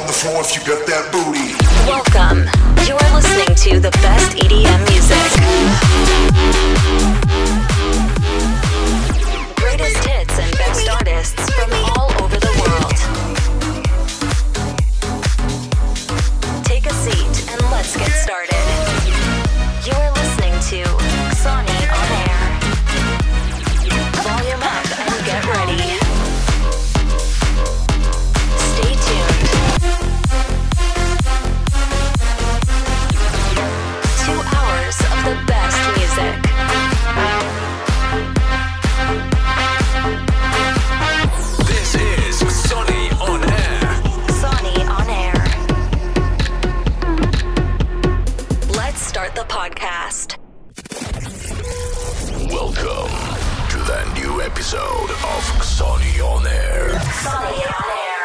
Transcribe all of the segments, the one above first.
the floor if you got that booty. Welcome. You are listening to the best EDM music. Greatest hits and best artists from all over the world. Take a seat and let's get started. You are listening to Xoni On Air. Volume up and get ready. Stay tuned. 2 hours of the best music. This is Xoni On Air. Xoni On Air. Let's start the podcast. Welcome to the new episode of Xoni On Air. Xoni On Air.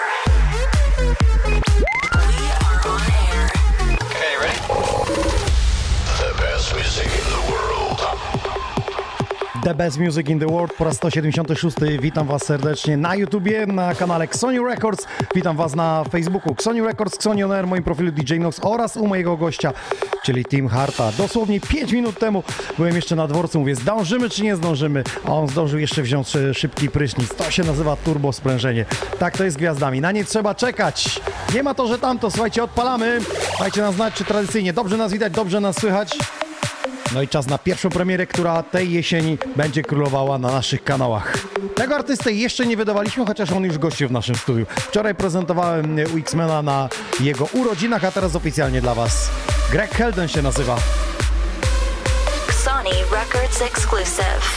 We are on air. Okay, ready? The best music in the world. The Best Music in the World po raz 176. Witam Was serdecznie na YouTubie, na kanale Xoni Records. Witam Was na Facebooku Xoni Records, Xoni On Air, moim profilu DJ Nox oraz u mojego gościa, czyli Tim Harta. Dosłownie 5 minut temu byłem jeszcze na dworcu, mówię, zdążymy czy nie zdążymy, a on zdążył jeszcze wziąć szybki prysznic. To się nazywa turbo sprężenie. Tak to jest z gwiazdami, na nie trzeba czekać. Nie ma to, że tamto, słuchajcie, odpalamy. Dajcie nam znać, czy tradycyjnie dobrze nas widać, dobrze nas słychać. No i czas na pierwszą premierę, która tej jesieni będzie królowała na naszych kanałach. Tego artystę jeszcze nie wydawaliśmy, chociaż on już gościł w naszym studiu. Wczoraj prezentowałem u X-Mena na jego urodzinach, a teraz oficjalnie dla Was. Greg Helden się nazywa. Xoni Records exclusive.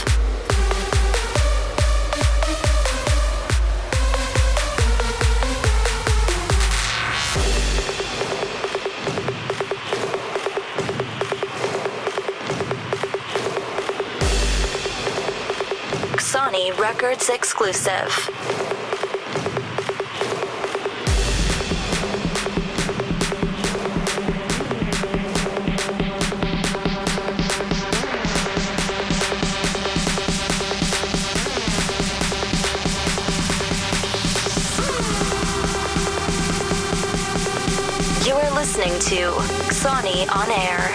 Xoni Records exclusive. You are listening to Xoni On Air.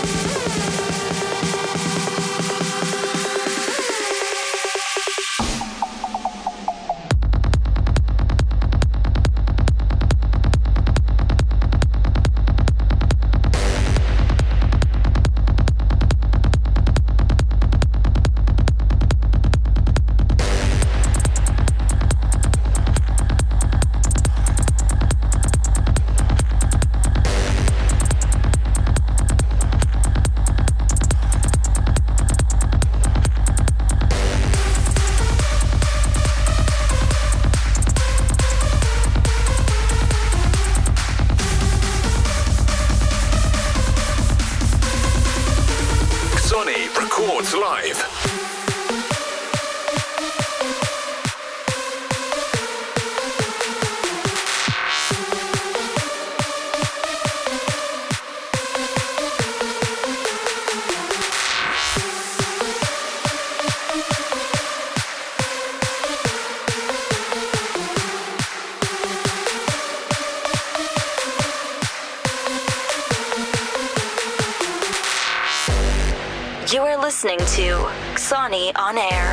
Xoni records live. You are listening to Xoni On Air.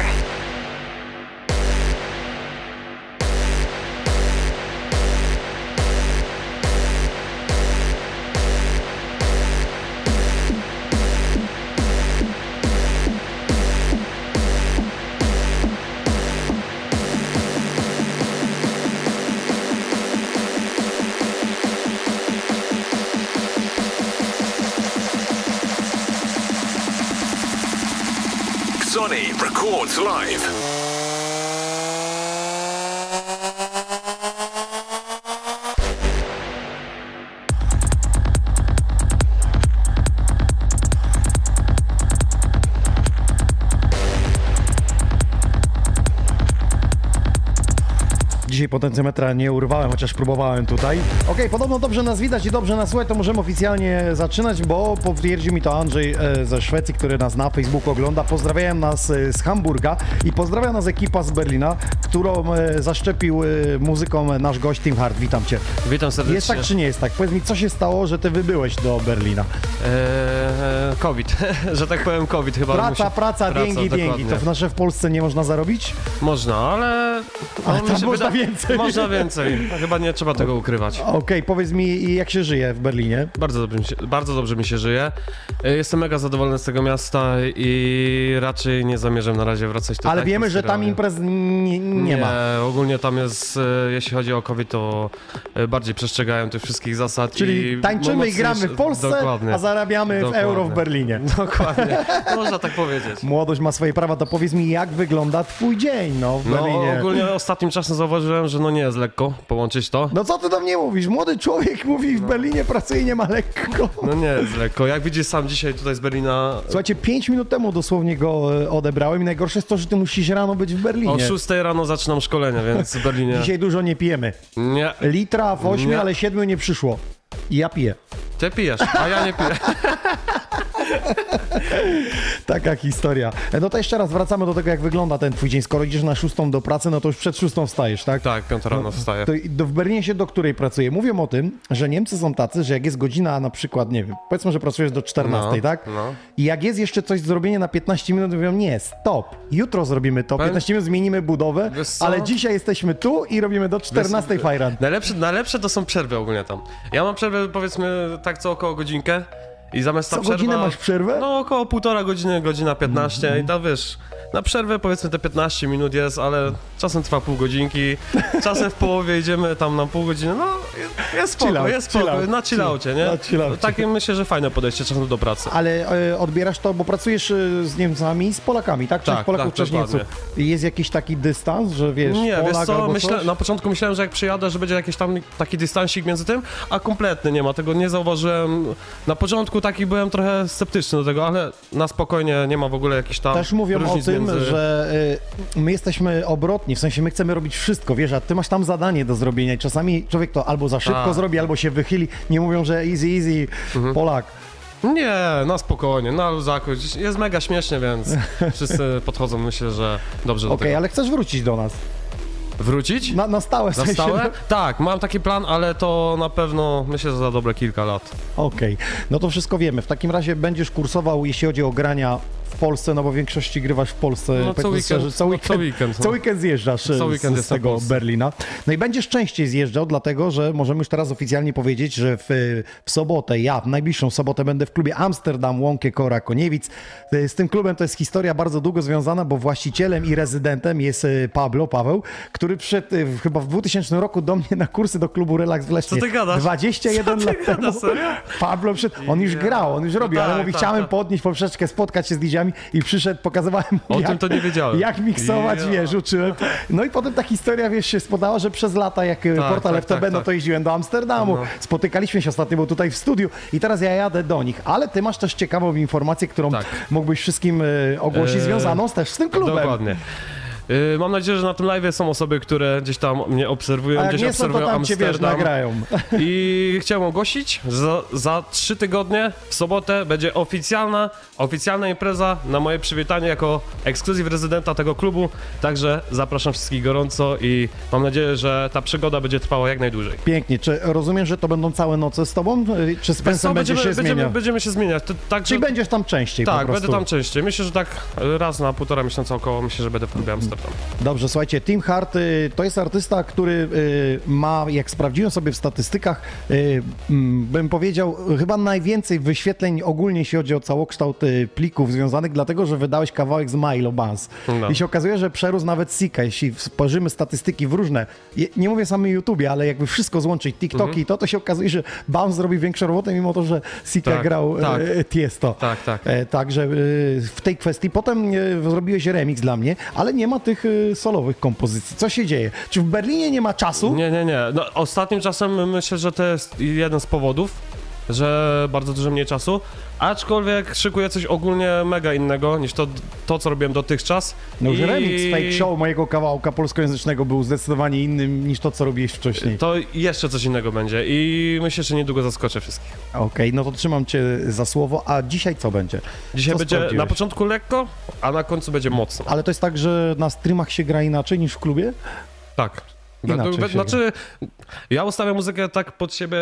Xoni records live. Dzisiaj Dzisiaj potencjometra nie urwałem, chociaż próbowałem tutaj. Okej, podobno dobrze nas widać i dobrze nas słychać, to możemy oficjalnie zaczynać, bo potwierdził mi to Andrzej ze Szwecji, który nas na Facebooku ogląda. Pozdrawiają nas z Hamburga i pozdrawia nas ekipa z Berlina, którą zaszczepił muzyką nasz gość Team Hard. Witam cię. Witam serdecznie. Jest tak czy nie jest tak? Powiedz mi, co się stało, że ty wybyłeś do Berlina? COVID, że tak powiem COVID chyba. Praca, dzięki. To w Polsce nie można zarobić? Można, ale tam można więcej. Można więcej. Chyba nie trzeba tego ukrywać. Okej, powiedz mi, jak się żyje w Berlinie? Bardzo dobrze mi się żyje. Jestem mega zadowolony z tego miasta i raczej nie zamierzam na razie wracać tutaj. Ale wiemy, że tam imprez nie ma. Ogólnie tam jest, jeśli chodzi o COVID, to bardziej przestrzegają tych wszystkich zasad. Czyli tańczymy i gramy w Polsce, a zarabiamy w euro w Berlinie. Dokładnie, można tak powiedzieć. Młodość ma swoje prawa, to powiedz mi, jak wygląda twój dzień w Berlinie? Ogólnie ostatnim czasem zauważyłem, że nie jest lekko połączyć to. No co ty do mnie mówisz? Młody człowiek mówi, w Berlinie pracuje, nie ma lekko. No nie jest lekko. Jak widzisz sam dzisiaj tutaj z Berlina... Słuchajcie, 5 minut temu dosłownie go odebrałem i najgorsze jest to, że ty musisz rano być w Berlinie. O 6 rano zaczynam szkolenie, więc w Berlinie... Dzisiaj dużo nie pijemy. Nie. Litra w 8, Nie. ale 7 nie przyszło. I ja piję. Ty pijesz, a ja nie piję. Taka historia. No to jeszcze raz wracamy do tego, jak wygląda ten twój dzień. Skoro idziesz na 6 do pracy, no to już przed 6 wstajesz, tak? Tak, 5 rano wstaję. To w Berlinie się do której pracuje? Mówią o tym, że Niemcy są tacy, że jak jest godzina na przykład, nie wiem, powiedzmy, że pracujesz do 14, tak? No. I jak jest jeszcze coś do zrobienia na 15 minut, mówią, nie, stop, jutro zrobimy to, 15 minut zmienimy budowę, Wiesz co? ale dzisiaj jesteśmy tu i robimy do 14 fajran. Najlepsze to są przerwy ogólnie tam. Ja mam przerwę, powiedzmy, tak co około godzinkę. I zamiast ta Co przerwa... godzinę masz przerwę? No około 1,5 godziny, godzina 15 i tam wiesz, na przerwę powiedzmy te 15 minut jest, ale czasem trwa pół godzinki, czasem w połowie idziemy tam na pół godziny, no jest spoko, na chillaucie, nie? Na chillaucie. Takie myślę, że fajne podejście czasem do pracy. Ale odbierasz to, bo pracujesz z Niemcami i z Polakami, tak? Część Polaków, część Niemców. Jest jakiś taki dystans, że wiesz, Nie, Polak wiesz co, albo coś? na początku myślałem, że jak przyjadę, że będzie jakiś tam taki dystansik między tym, a kompletnie nie ma, tego nie zauważyłem. Na początku taki byłem trochę sceptyczny do tego, ale na spokojnie nie ma w ogóle jakichś tam Też mówią o różnic tym, między... że my jesteśmy obrotni, w sensie my chcemy robić wszystko, wiesz, a ty masz tam zadanie do zrobienia i czasami człowiek to albo za szybko zrobi, albo się wychyli, nie mówią, że easy, Polak. Nie, na spokojnie, na luzaku, jest mega śmiesznie, więc wszyscy podchodzą, myślę, że dobrze do Okej, tego. ale chcesz wrócić do nas? Wrócić? Na stałe, w Na sensie, stałe? Tak, mam taki plan, ale to na pewno, myślę, że za dobre kilka lat. Okej, no to wszystko wiemy. W takim razie będziesz kursował, jeśli chodzi o grania w Polsce, no bo w większości grywasz w Polsce. No, co powiedzmy weekend, szczerze, co weekend zjeżdżasz Co weekend z jestem w tego Polsce. Berlina. No i będziesz częściej zjeżdżał, dlatego że możemy już teraz oficjalnie powiedzieć, że w sobotę, ja w najbliższą sobotę będę w klubie Amsterdam Łąkie Kora Koniewic. Z tym klubem to jest historia bardzo długo związana, bo właścicielem i rezydentem jest Paweł, który przyszedł chyba w 2000 roku do mnie na kursy do klubu Relax w Lesznie. Co ty gadasz? 21 lat temu. Serio? Pablo przyszedł, on już grał, on już robił, ale tak, mówi, tak, chciałem tak. podnieść poprzeczkę, spotkać się z DJ-ami i przyszedł, pokazywałem mu, O tym to nie wiedziałem. jak miksować, wiesz, uczyłem. No i potem ta historia, wiesz, się spodała, że przez lata, jak portal tak, FTB, tak, no tak. to jeździłem do Amsterdamu, No. spotykaliśmy się ostatnio, był tutaj w studiu i teraz ja jadę do nich, ale ty masz też ciekawą informację, którą Tak. mógłbyś wszystkim ogłosić, związaną też z tym klubem. Dokładnie. Mam nadzieję, że na tym live'ie są osoby, które gdzieś tam mnie obserwują, A jak gdzieś nie są, to obserwują tam cię, wiesz, Amsterdam. nagrają. I chciałem ogłosić, że za 3 tygodnie w sobotę będzie oficjalna impreza na moje przywitanie jako ekskluzyw rezydenta tego klubu, także zapraszam wszystkich gorąco i mam nadzieję, że ta przygoda będzie trwała jak najdłużej. Pięknie. Czy rozumiem, że to będą całe noce z tobą? Czy z Pensem będzie się zmieniał? Będziemy się zmieniać. Czyli będziesz tam częściej po Tak, prostu. będę tam częściej. Myślę, że tak raz na 1,5 miesiąca około, myślę, że będę w klubie Amsterdam. Dobrze, słuchajcie, Team Hard to jest artysta, który ma, jak sprawdziłem sobie w statystykach, bym powiedział, chyba najwięcej wyświetleń ogólnie, jeśli chodzi o całokształt plików związanych, dlatego, że wydałeś kawałek z Milo Bans. No. I się okazuje, że przerósł nawet Sika, jeśli spojrzymy statystyki w różne, nie mówię samym YouTubie, ale jakby wszystko złączyć, TikToki, to się okazuje, że Bans zrobi większą robotę, mimo to, że Sika Tak, grał tak. Tiesto. Tak. Także w tej kwestii potem zrobiłeś remix dla mnie, ale nie ma tych solowych kompozycji. Co się dzieje? Czy w Berlinie nie ma czasu? Nie. No, ostatnim czasem myślę, że to jest jeden z powodów. że bardzo dużo mniej czasu, aczkolwiek szykuję coś ogólnie mega innego niż to co robiłem dotychczas. No już remix Fake Show mojego kawałka polskojęzycznego był zdecydowanie innym niż to, co robiłeś wcześniej. To jeszcze coś innego będzie i myślę, że niedługo zaskoczę wszystkich. Okej, no to trzymam cię za słowo, a dzisiaj co będzie? Dzisiaj Co będzie sprawdziłeś? na początku lekko, a na końcu będzie mocno. Ale to jest tak, że na streamach się gra inaczej niż w klubie? Tak. Inaczej się Znaczy, ja ustawiam muzykę tak pod siebie,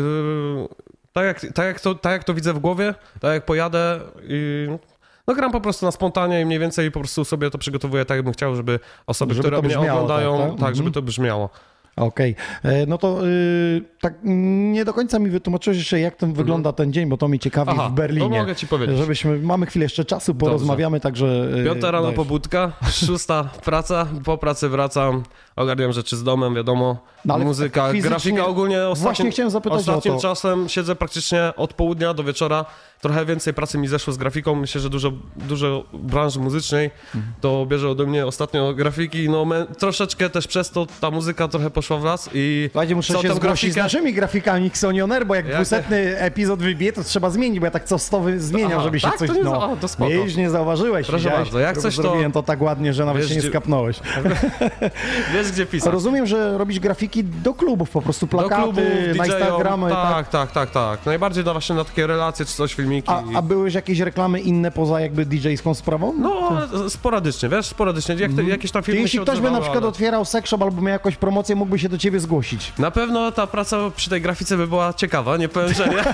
tak jak to widzę w głowie, tak jak pojadę i no gram po prostu na spontanie i mniej więcej po prostu sobie to przygotowuję tak, jakbym chciał, żeby osoby, Żeby które to mnie brzmiało, oglądają, tak? żeby to brzmiało. Okej, no to tak nie do końca mi wytłumaczyłeś jeszcze, jak ten wygląda ten dzień, bo to mnie ciekawi Aha, w Berlinie. to mogę ci powiedzieć. Mamy chwilę jeszcze czasu, porozmawiamy, także... 5 rano dajesz. pobudka, 6 praca, po pracy wracam, ogarniam rzeczy z domem, wiadomo, No, ale muzyka, fizycznie- grafika ogólnie Właśnie chciałem zapytać o ostatnim to. czasem siedzę praktycznie od południa do wieczora, trochę więcej pracy mi zeszło z grafiką, myślę, że dużo branży muzycznej to bierze ode mnie ostatnio grafiki, no troszeczkę też przez to ta muzyka trochę poszła w las i Słuchajcie, muszę co się tam zgłosić z naszymi grafikami Xonioner, bo jak Jak 200 epizod wybije, to trzeba zmienić, bo ja tak co 100 zmieniam, Aha, żeby się tak? coś... To nie no, to spoko. Wiesz, nie zauważyłeś. Proszę widziałeś? bardzo, jak coś to- Zrobiłem to tak ładnie, że nawet Wiesz, się nie gdzie- skapnąłeś. wiesz gdzie pisać. Rozumiem, że robisz grafiki do klubów, po prostu plakaty, klubów, na DJ-om, Instagramy. tak. Najbardziej właśnie na takie relacje czy coś, filmiki. A były jakieś reklamy inne poza jakby DJ-ską sprawą? No, sporadycznie, wiesz, sporadycznie. Jakieś tam Ty, filmy jeśli się ktoś by na odzywały, przykład ale- otwierał sex shop albo miał jakąś promocję, mógłby się do ciebie zgłosić. Na pewno ta praca przy tej grafice by była ciekawa, nie powiem, że nie.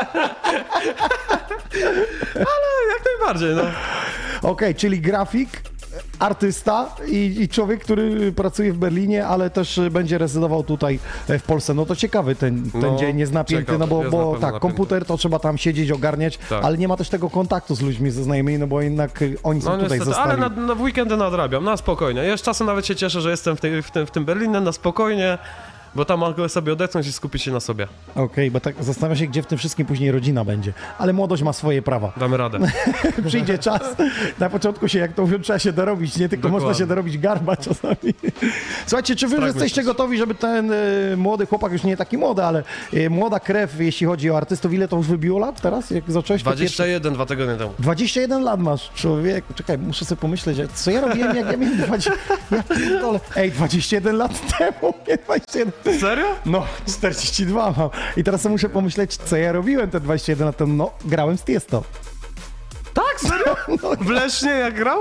Ale jak najbardziej, no. Okej, czyli grafik, artysta i człowiek, który pracuje w Berlinie, ale też będzie rezydował tutaj w Polsce. No to ciekawy ten No, dzień, jest napięty, ciekawy, no bo jest na pewno tak, napięty. komputer to trzeba tam siedzieć, ogarniać, Tak. ale nie ma też tego kontaktu z ludźmi, ze znajomymi, no bo jednak oni są No tutaj niestety, zostali. ale na weekendy nadrabiam, na spokojnie. Ja już czasem nawet się cieszę, że jestem w tym Berlinie, na spokojnie, bo tam mogę sobie odetchnąć i skupić się na sobie. Okej, bo tak zastanawiam się, gdzie w tym wszystkim później rodzina będzie. Ale młodość ma swoje prawa. Damy radę. Przyjdzie czas, na początku się, jak to mówią, trzeba się dorobić, nie tylko Dokładnie. można się dorobić garba czasami. Słuchajcie, czy wy już Strach jesteście myśleć. gotowi, żeby ten młody chłopak, już nie taki młody, ale młoda krew, jeśli chodzi o artystów, ile to już wybiło lat teraz, jak zacząłeś? to pierwsze? 21, 2 tygodnie temu. 21 lat masz, człowieku. Czekaj, muszę sobie pomyśleć, co ja robiłem, jak ja miałem 20... Ja pierdolę. Ej, 21 lat temu, nie 21... Serio? No, 42 mam. I teraz sobie muszę pomyśleć, co ja robiłem te 21 lat temu. No, grałem z Tiesto. Tak, serio? W Lesznie jak grał?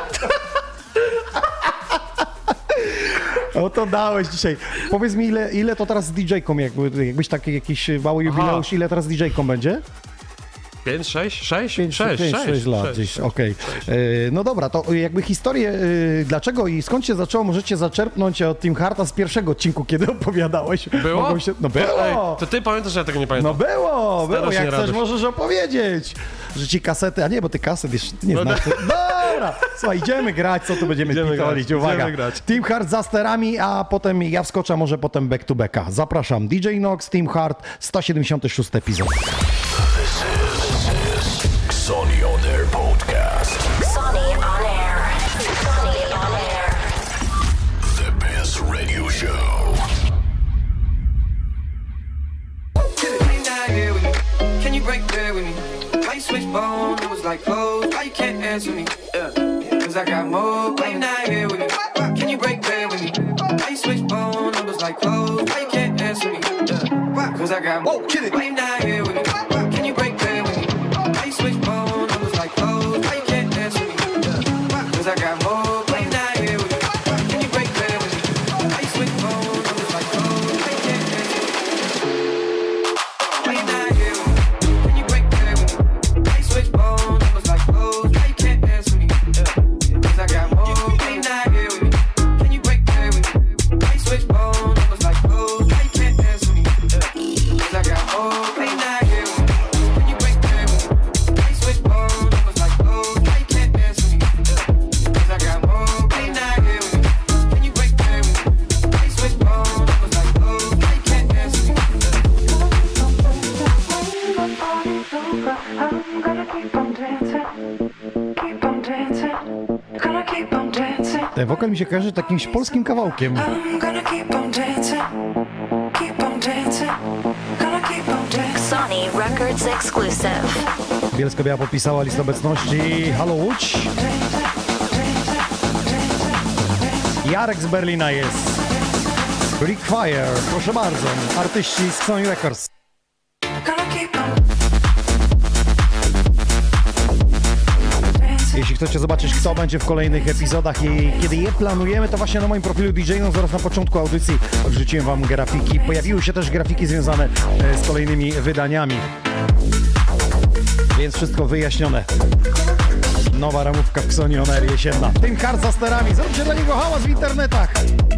O, to dałeś dzisiaj. Powiedz mi, ile to teraz z DJ-ką, jakbyś taki jakiś mały jubileusz, ile teraz z DJ-ką będzie? 5, 6, 6? 6 lat gdzieś, okej. No dobra, to jakby historię, dlaczego i skąd się zaczęło, możecie zaczerpnąć od Team Harta z pierwszego odcinku, kiedy opowiadałeś. Było? Mogą Się... No było! Ej, to ty pamiętasz, że ja tego nie pamiętam. No było, Starasz jak nie chcesz, radość. możesz opowiedzieć, że ci kasety, a nie, bo ty kaset jeszcze nie No znasz. Dobra, słuchaj, idziemy grać, co tu będziemy Idziemy pitolić, grać, uwaga. idziemy grać. Team Hard za sterami, a potem ja wskoczę, a może potem back to backa. Zapraszam, DJ Nox, Team Hard, 176 epizod. Xoni On Air Podcast. Sonny on air. Sonny on air. The best radio show. Can you break bread with me? Why you switch phone? It was like clothes. Why you can't answer me? Cause I got more. Why you not here with me? Can you break bread with me? Why you switch phone? It was like clothes. Why you can't answer me? Cause I got more. Why you not here with me? Can you break bread with me? Why you switch phone? It was like clothes. Why you can't answer me? Cause I got more. Why you not here with me? Can you break bread with me? Why you switch phone? It was like clothes. Why you can't answer me? Why you not here with me? Can you break bread with me? Why you switch phone? It was like clothes. Why you can't answer me? Cause I got more. Why you not here with me? Can you break bread with me? Why you switch phone? It was like clothes. Why you can't answer me? Cause I got more. Why you not here with me? Can you break bread with me? Why you switch phone? It was like clothes. Why you can't answer me? Cause I got more. Why you not here with me? Can you break bread with me? Why you switch phone? It was like clothes. Why you can't answer me? I'm gonna keep on dancing, keep on dancing, gonna keep on dancing. Ten wokal mi się kojarzy z jakimś polskim kawałkiem. I'm gonna keep on dancing, keep on dancing, gonna keep on dancing. Sonny Sony Records exclusive. Bielsko-Biała podpisała list obecności. Halo Łódź. Jarek z Berlina jest. Brick Fire, proszę bardzo. Artyści z Sony Records. Jeśli chcecie zobaczyć, kto będzie w kolejnych epizodach i kiedy je planujemy, to właśnie na moim profilu DJ-no zaraz na początku audycji wrzuciłem wam grafiki. Pojawiły się też grafiki związane z kolejnymi wydaniami. Więc wszystko wyjaśnione. Nowa ramówka w Xoni On Air jesienna. Tym hard za sterami. Zróbcie dla niego hałas w internetach.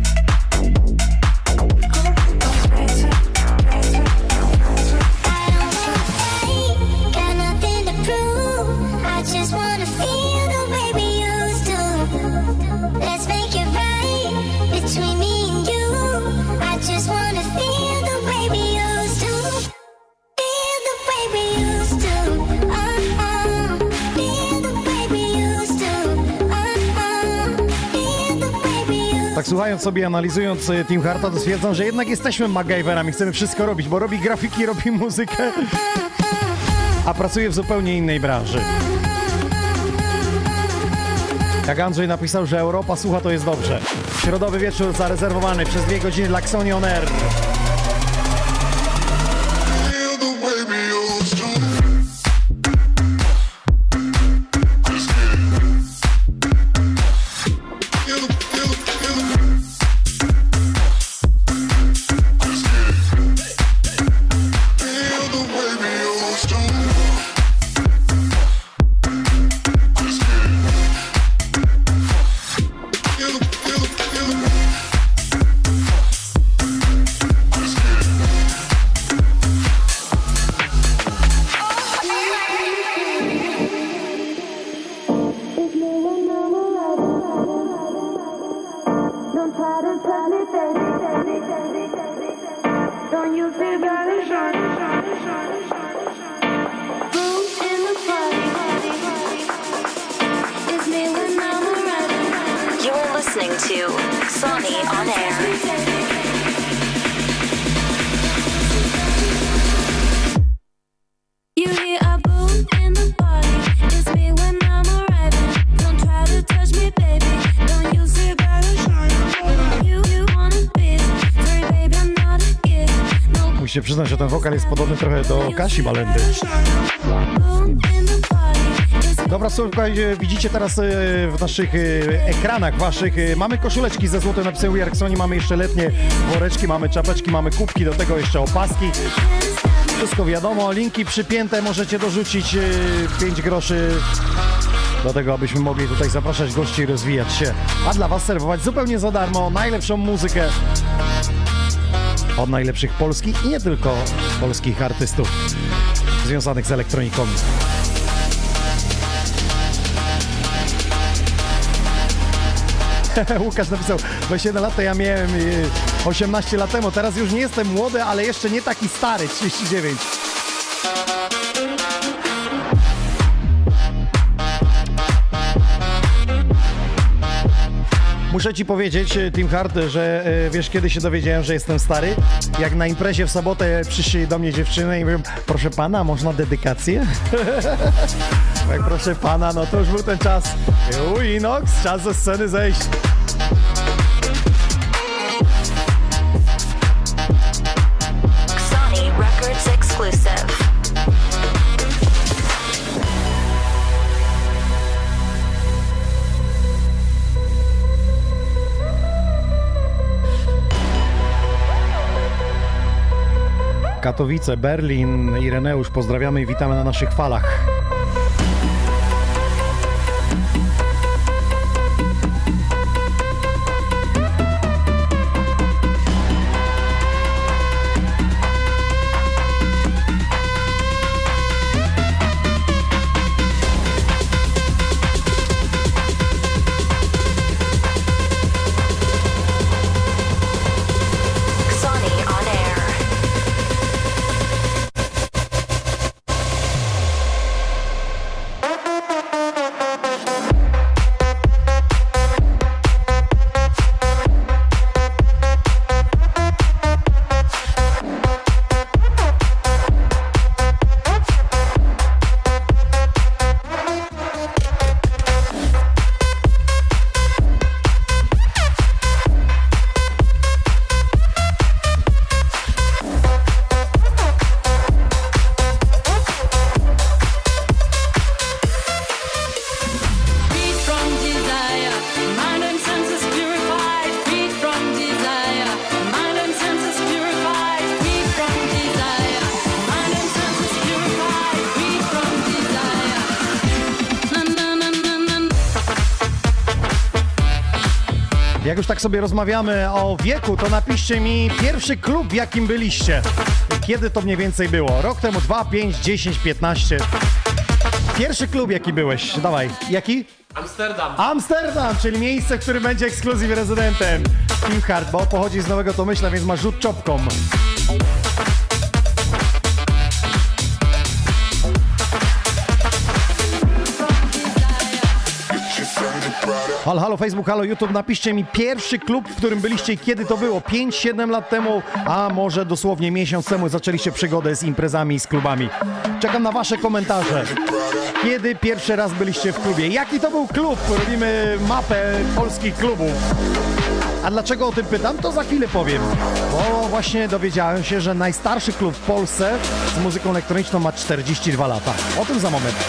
Tak słuchając sobie, analizując Team Hearta, to stwierdzam, że jednak jesteśmy MacGyverami, chcemy wszystko robić, bo robi grafiki, robi muzykę, a pracuje w zupełnie innej branży. Jak Andrzej napisał, że Europa słucha, to jest dobrze. Środowy wieczór zarezerwowany przez 2 godziny dla Xoni On Air. Musicie przyznać, że ten wokal jest podobny trochę do Kasi Balendy. Dobra, słuchajcie, widzicie teraz w naszych ekranach waszych, mamy koszuleczki ze złotym napisem We Are Xoni, mamy jeszcze letnie woreczki, mamy czapeczki, mamy kubki, do tego jeszcze opaski. Wszystko wiadomo, linki przypięte, możecie dorzucić 5 groszy do tego, abyśmy mogli tutaj zapraszać gości i rozwijać się. A dla was serwować zupełnie za darmo najlepszą muzykę od najlepszych polskich i nie tylko polskich artystów związanych z elektroniką. Łukasz napisał, 21 lat to ja miałem 18 lat temu, teraz już nie jestem młody, ale jeszcze nie taki stary, 39. Muszę ci powiedzieć, Team Hard, że wiesz, kiedy się dowiedziałem, że jestem stary? Jak na imprezie w sobotę przyszli do mnie dziewczyny i mówią, proszę pana, można dedykację? Tak, proszę pana, no to już był ten czas. Inox, czas ze sceny zejść. Sony Records exclusive. Katowice, Berlin, Ireneusz, pozdrawiamy i witamy na naszych falach. Jak już tak sobie rozmawiamy o wieku, to napiszcie mi pierwszy klub, w jakim byliście. Kiedy to mniej więcej było? Rok temu, 2, 5, 10, 15. Pierwszy klub, jaki byłeś? Dawaj, jaki? Amsterdam, czyli miejsce, w którym będzie ekskluzyw rezydentem. Team Hard, bo pochodzi z Nowego Tomyśla, więc ma rzut czopką. Halo Facebook, halo YouTube, napiszcie mi pierwszy klub, w którym byliście i kiedy to było. 5-7 lat temu, a może dosłownie miesiąc temu zaczęliście przygodę z imprezami i z klubami. Czekam na wasze komentarze. Kiedy pierwszy raz byliście w klubie? Jaki to był klub? Robimy mapę polskich klubów. A dlaczego o tym pytam? To za chwilę powiem. Bo właśnie dowiedziałem się, że najstarszy klub w Polsce z muzyką elektroniczną ma 42 lata. O tym za moment.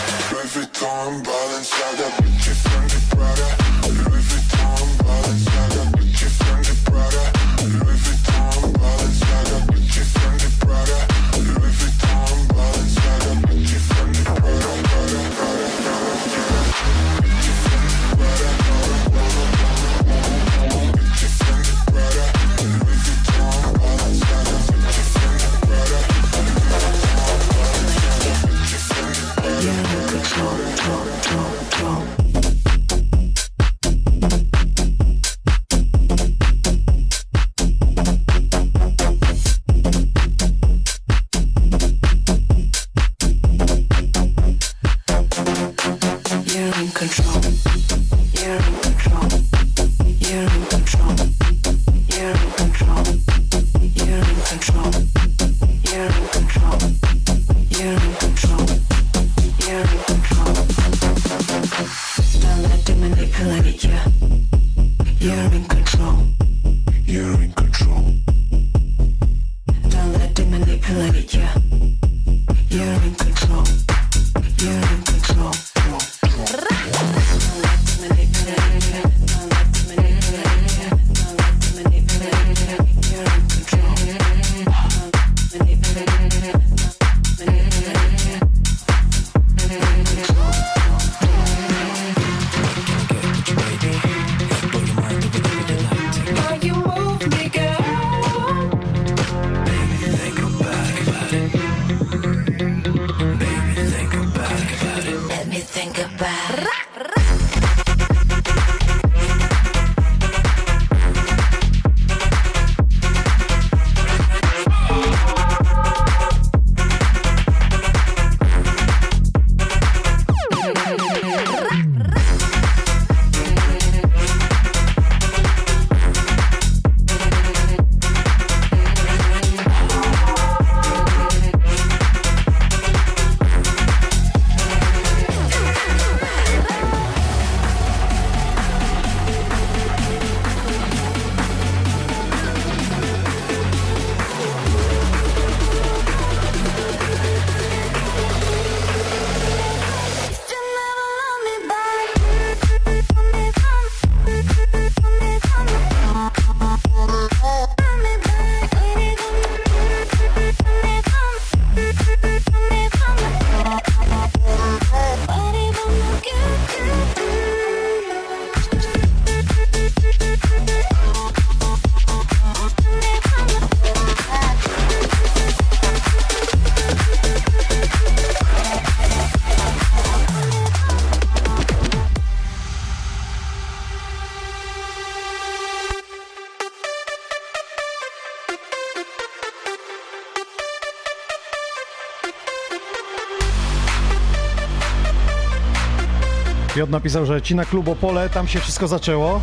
Piotr napisał, że ci na klub Opole, tam się wszystko zaczęło.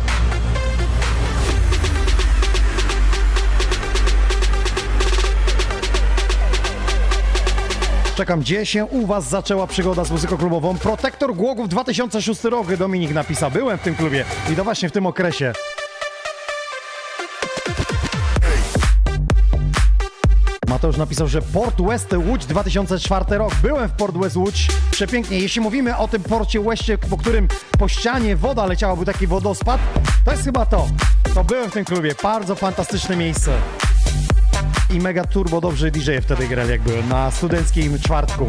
Czekam, gdzie się u was zaczęła przygoda z muzyką klubową? Protektor Głogów 2006 rok, Dominik napisał. Byłem w tym klubie i to właśnie w tym okresie. Mateusz napisał, że Port West Łódź 2004 rok. Byłem w Port West Łódź. Przepięknie. Jeśli mówimy o tym porcie Westie, po którym po ścianie woda leciała, był taki wodospad, to jest chyba to. To byłem w tym klubie. Bardzo fantastyczne miejsce. I mega turbo dobrze DJ wtedy grali, jak byłem na studenckim czwartku.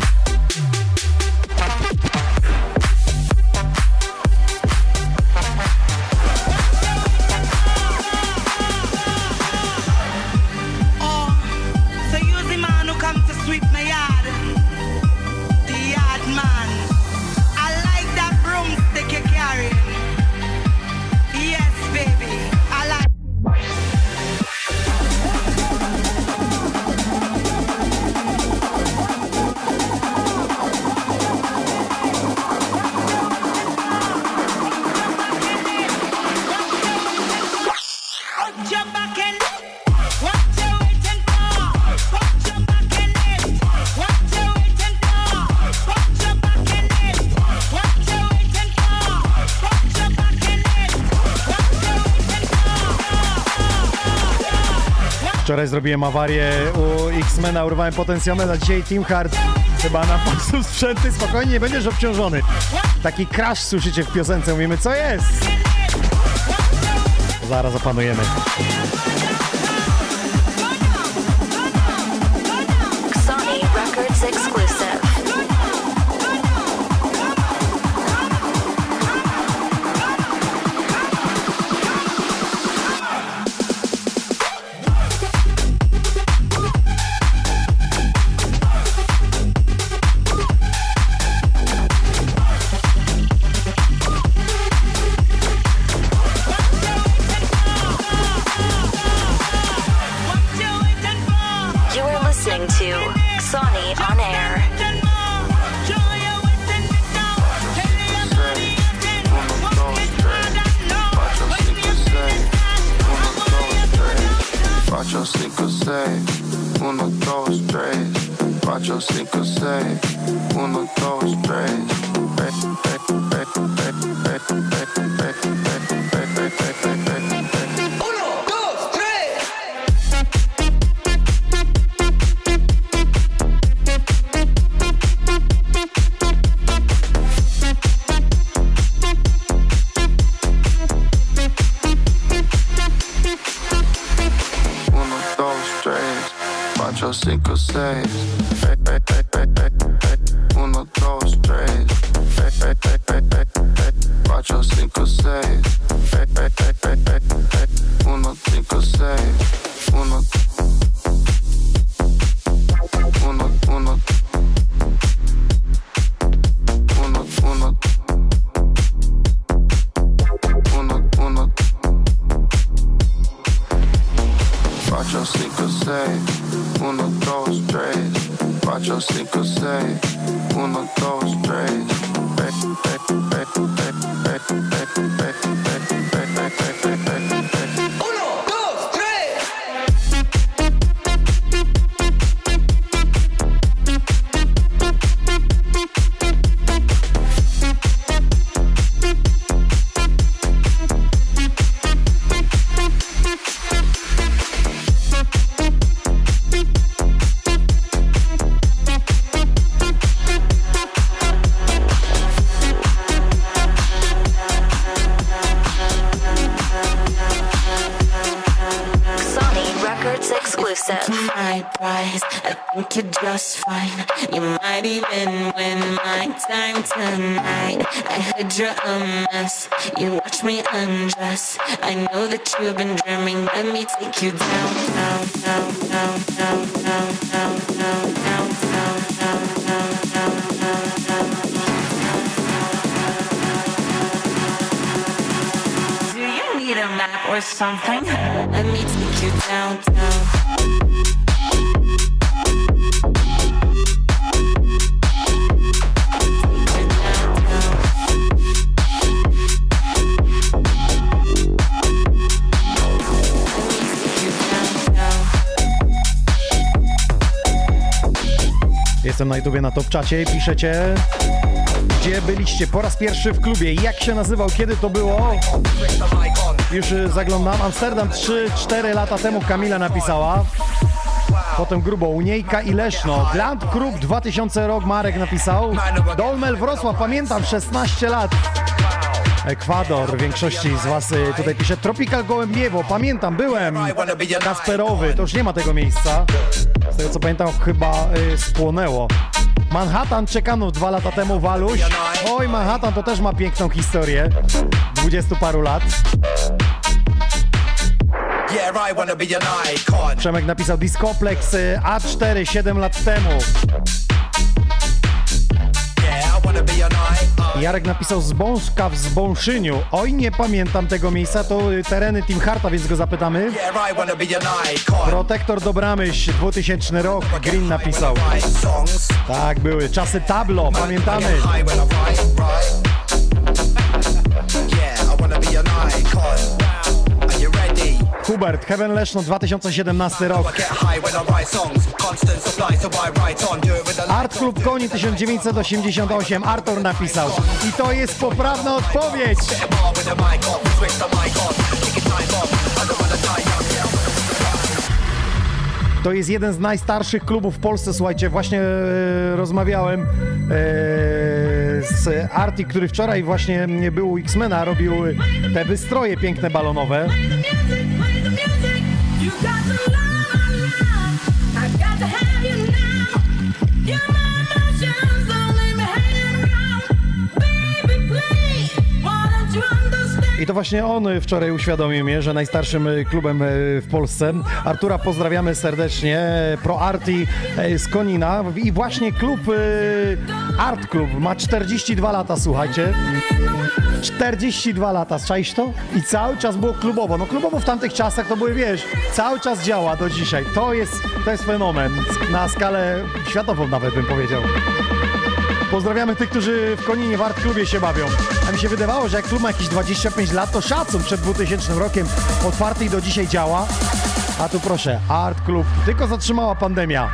Wczoraj zrobiłem awarię u X-Mena, urwałem potencjometr, dzisiaj Team Hard chyba na popsuł sprzęty, spokojnie, nie będziesz obciążony. Taki crash słyszycie w piosence, mówimy, co jest? Zaraz opanujemy. Sony Records exclusive. To Sony on Air. Watch your cinco seis, 1, 2, 3. Watch your cinco seis, 1, 2, 5, 6. 1, 2, 3. Watch your 5, 6. 1, 5, 6. 1, You're just fine. You might even win my time tonight. I heard you're a mess. You watch me undress. I know that you've been dreaming. Let me take you down, down, down, down, down, down, down, down, down, down, down, down, down, down, down. Do you need a map or something? Let me take you down, down. Jestem na YouTubie na Top Czacie i piszecie, gdzie byliście po raz pierwszy w klubie, jak się nazywał, kiedy to było. Już zaglądam, Amsterdam 3-4 lata temu Kamila napisała. Potem grubo Uniejka i Leszno. Grand Kruk 2000 rok Marek napisał. Dolmel Wrocław, pamiętam, 16 lat. Ekwador, większości z was tutaj pisze. Tropical Gołębiewo, pamiętam, byłem. Kasperowy, to już nie ma tego miejsca. Z tego co pamiętam, chyba spłonęło. Manhattan Czekanów 2 lata temu, Waluś. Oj, Manhattan to też ma piękną historię. 20 paru lat. Przemek napisał Discoplex A4 7 lat temu. Jarek napisał Zbążka w Zbąszyniu. Oj, nie pamiętam tego miejsca, to tereny Team Harta, więc go zapytamy. Protektor Dobramyśl, 2000 rok, Green napisał. Tak, były czasy Tablo, pamiętamy. Hubert, Heaven Leszno, 2017 rok. Art Club Koni 1988, Artur napisał. I to jest poprawna odpowiedź. To jest jeden z najstarszych klubów w Polsce, słuchajcie, właśnie rozmawiałem z Arti, który wczoraj właśnie był u X-Mena, robił te wystroje piękne balonowe. I to właśnie on wczoraj uświadomił mnie, że najstarszym klubem w Polsce. Artura pozdrawiamy serdecznie, Pro Arti z Konina i właśnie klub Art Club ma 42 lata, słuchajcie. 42 lata, czaisz to? I cały czas było klubowo. No klubowo w tamtych czasach to były, wiesz, cały czas działa do dzisiaj. To jest fenomen, na skalę światową nawet bym powiedział. Pozdrawiamy tych, którzy w Koninie w Art Clubie się bawią. A mi się wydawało, że jak klub ma jakieś 25 lat, to szacun przed 2000 rokiem otwarty i do dzisiaj działa. A tu proszę, Art Club, tylko zatrzymała pandemia.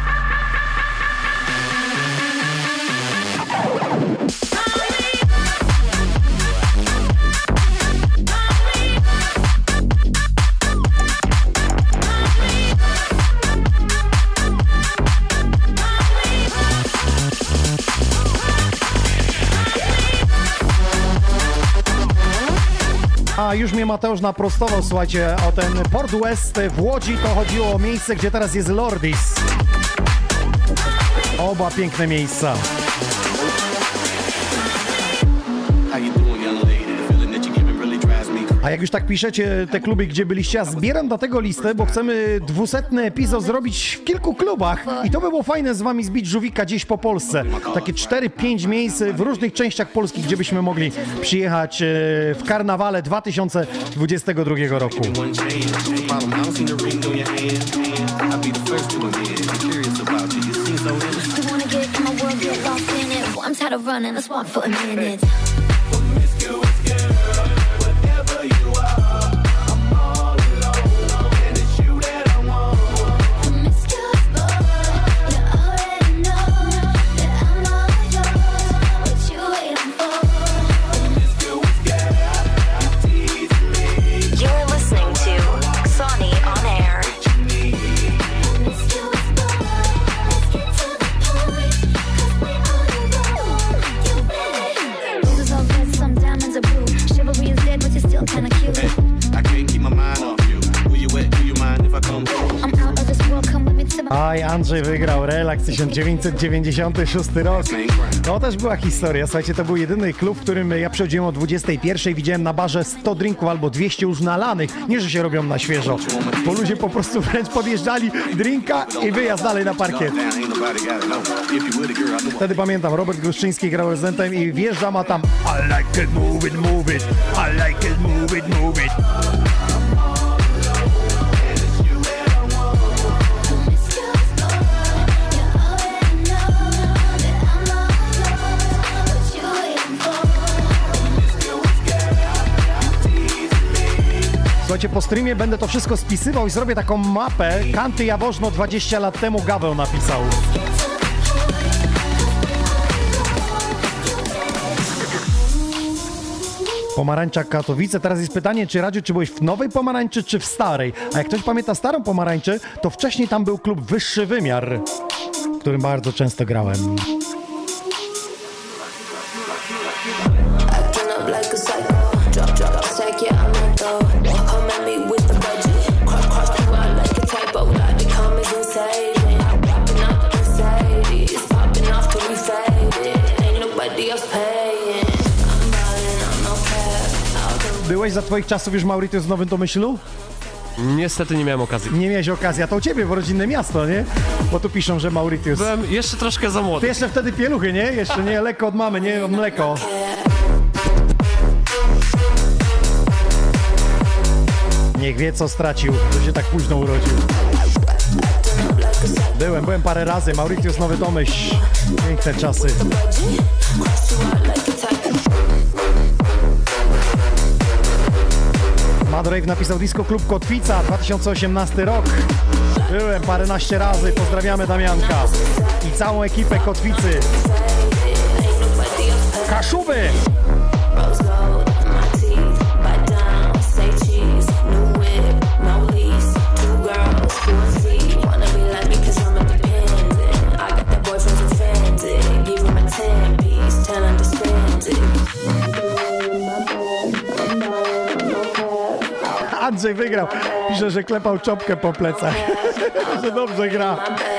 A już mnie Mateusz naprostował, słuchajcie, o ten Port West w Łodzi, to chodziło o miejsce, gdzie teraz jest Lordis. Oba piękne miejsca. A jak już tak piszecie te kluby, gdzie byliście, ja zbieram do tego listę, bo chcemy 200 epizod zrobić w kilku klubach i to by było fajne z wami zbić żółwika gdzieś po Polsce. Takie 4-5 miejsc w różnych częściach Polski, gdzie byśmy mogli przyjechać w karnawale 2022 roku. Aj, Andrzej wygrał Relax 1996 rok. To też była historia. Słuchajcie, to był jedyny klub, w którym ja przychodziłem o 21. Widziałem na barze 100 drinków albo 200 już nalanych. Nie, że się robią na świeżo, bo ludzie po prostu wręcz podjeżdżali, drinka i wyjazd dalej na parkiet. Wtedy pamiętam, Robert Gruszczyński grał rezydentem i wjeżdżam, a tam I like it, move it, move it. I like it, move it, move it. Słuchajcie, po streamie będę to wszystko spisywał i zrobię taką mapę. Kanty Jaworzno 20 lat temu Gaweł napisał. Pomarańcza Katowice. Teraz jest pytanie, czy Radziu, czy byłeś w Nowej Pomarańczy, czy w Starej? A jak ktoś pamięta Starą Pomarańczę, to wcześniej tam był klub Wyższy Wymiar, w którym bardzo często grałem. Byłeś za twoich czasów już Mauritius w Nowym Tomyślu? Niestety nie miałem okazji. Nie miałeś okazji, a to u ciebie, bo rodzinne miasto, nie? Bo tu piszą, że Mauritius. Byłem jeszcze troszkę za młody. Ty jeszcze wtedy pieluchy, nie? Jeszcze nie, lekko od mamy, nie? Od mleko. Niech wie, co stracił, że się tak późno urodził. Byłem parę razy. Mauritius, Nowy Tomyśl. Piękne czasy. Mad Rave napisał Disco Klub Kotwica, 2018 rok. Byłem paręnaście razy, pozdrawiamy Damianka i całą ekipę Kotwicy. Kaszuby! DJ wygrał. Pisze, że klepał czopkę po plecach. Że dobrze gra.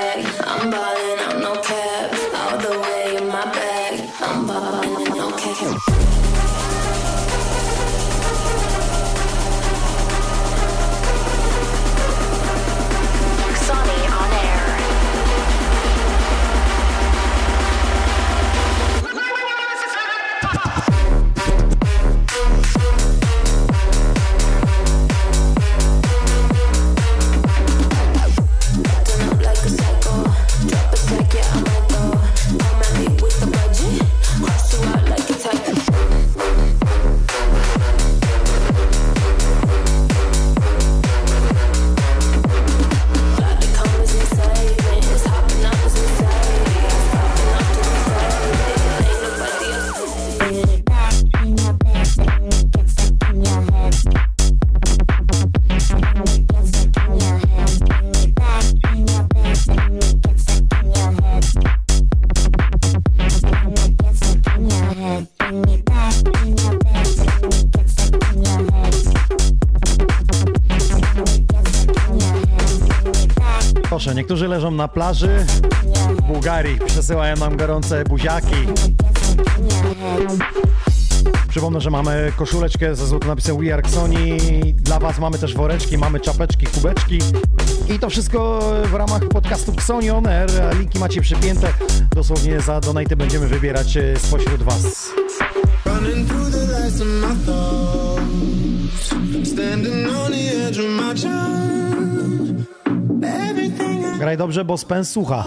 Proszę, niektórzy leżą na plaży w Bułgarii, przesyłają nam gorące buziaki. Przypomnę, że mamy koszuleczkę ze złotym napisem We Are Xoni. Dla was mamy też woreczki, mamy czapeczki, kubeczki. I to wszystko w ramach podcastu Xoni On Air. Linki macie przypięte. Dosłownie za donate będziemy wybierać spośród was. Graj dobrze, bo Spence słucha.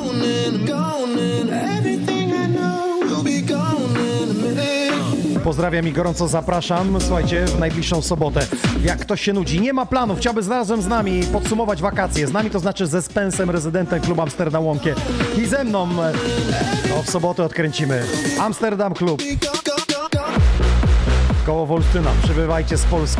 Pozdrawiam i gorąco zapraszam. Słuchajcie, w najbliższą sobotę. Jak ktoś się nudzi, nie ma planów, chciałby razem z nami podsumować wakacje. Z nami to znaczy ze Spencem, rezydentem klubu Amsterdam Łomkie. I ze mną no, w sobotę odkręcimy Amsterdam Klub. Koło Wolsztyna. Przybywajcie z Polski.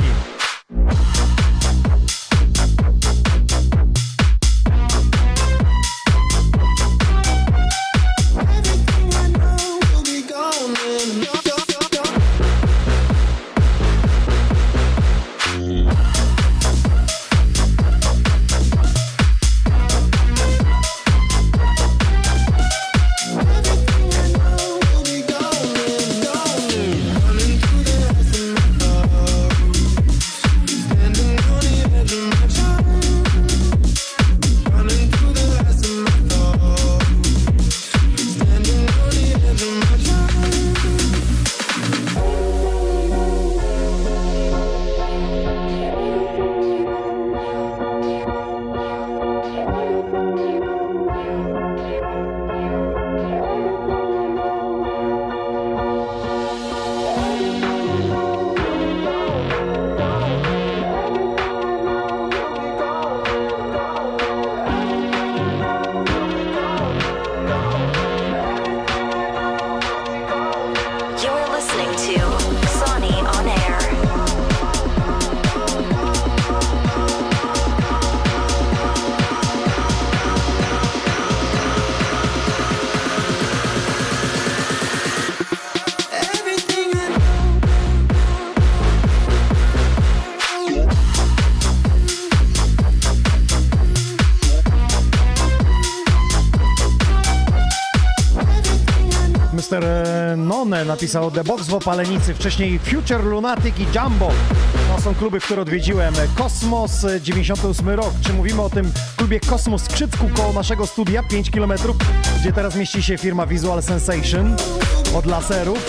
None napisał The Box w Opalenicy, wcześniej Future, Lunatic i Jumbo. To są kluby, które odwiedziłem. Kosmos, 98 rok. Czy mówimy o tym klubie Kosmos w Skrzycku koło naszego studia, 5 km, gdzie teraz mieści się firma Visual Sensation od laserów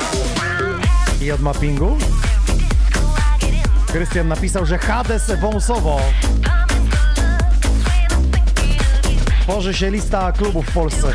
i od mappingu. Krystian napisał, że Hades Wąsowo. Tworzy się lista klubów w Polsce.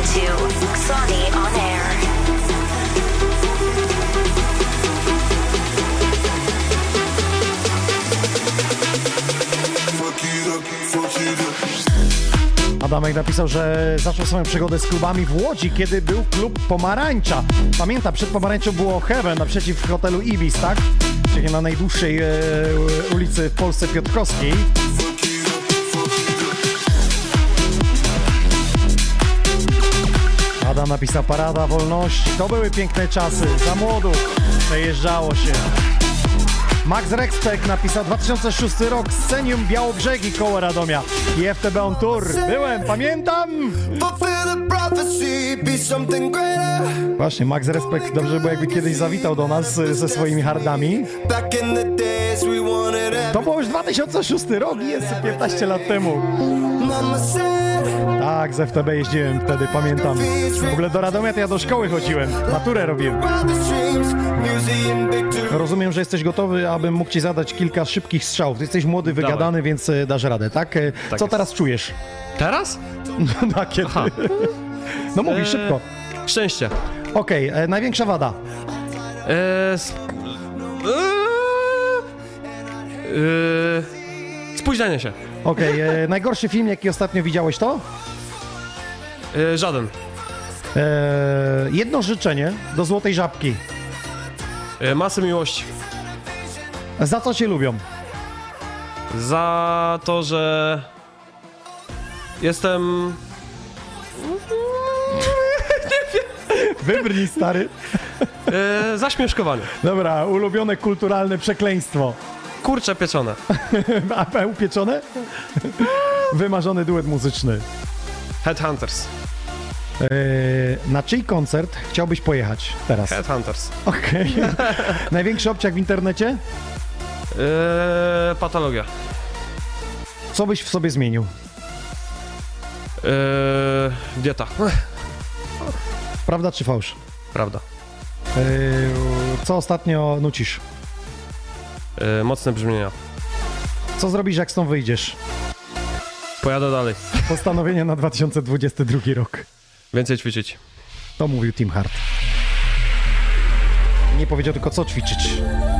to Xoni on Air. Adamek napisał, że zaczął swoją przygodę z klubami w Łodzi, kiedy był klub Pomarańcza. Pamiętam, przed Pomarańczą było Heaven naprzeciw hotelu Ibis, tak? Czyli na najdłuższej ulicy w Polsce Piotrkowskiej. Adam napisał Parada Wolności. To były piękne czasy. Za młodów przejeżdżało się. Max Rexpek napisał 2006 rok, Scenium Białobrzegi koło Radomia i FTB on Tour. Byłem, pamiętam! Właśnie, Max Rexpek dobrze było, jakby kiedyś zawitał do nas ze swoimi hardami. To było już 2006 rok, jest 15 lat temu. Tak, z FTB jeździłem wtedy, pamiętam. W ogóle do Radomia to ja do szkoły chodziłem, maturę robiłem. Rozumiem, że jesteś gotowy, abym mógł ci zadać kilka szybkich strzałów. Ty jesteś młody, wygadany, Dawaj. więc dasz radę, tak? Tak Co jest. teraz czujesz? Teraz? Na kiedy? Aha. No mówisz szybko. Szczęście. Okej, największa wada. Spóźnianie się. Okej, najgorszy film, jaki ostatnio widziałeś, to? Żaden. Jedno życzenie do Złotej Żabki. Masę miłości. Za co cię lubią? Za to, że jestem... Wybrnij, stary. Zaśmieszkowany. Dobra, ulubione kulturalne przekleństwo. Kurcze pieczone. A upieczone? Wymarzony duet muzyczny. Headhunters. Na czyj koncert chciałbyś pojechać teraz? Headhunters. Okej. Największy obciach w internecie? Patologia. Co byś w sobie zmienił? Dieta. Prawda czy fałsz? Prawda. Co ostatnio nucisz? Mocne brzmienia. Co zrobisz, jak stąd wyjdziesz? Pojadę dalej. Postanowienie na 2022 rok. Więcej ćwiczyć. To mówił Tim Hart. Nie powiedział tylko, co ćwiczyć.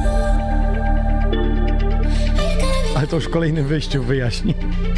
Ale to już w kolejnym wyjściu wyjaśni.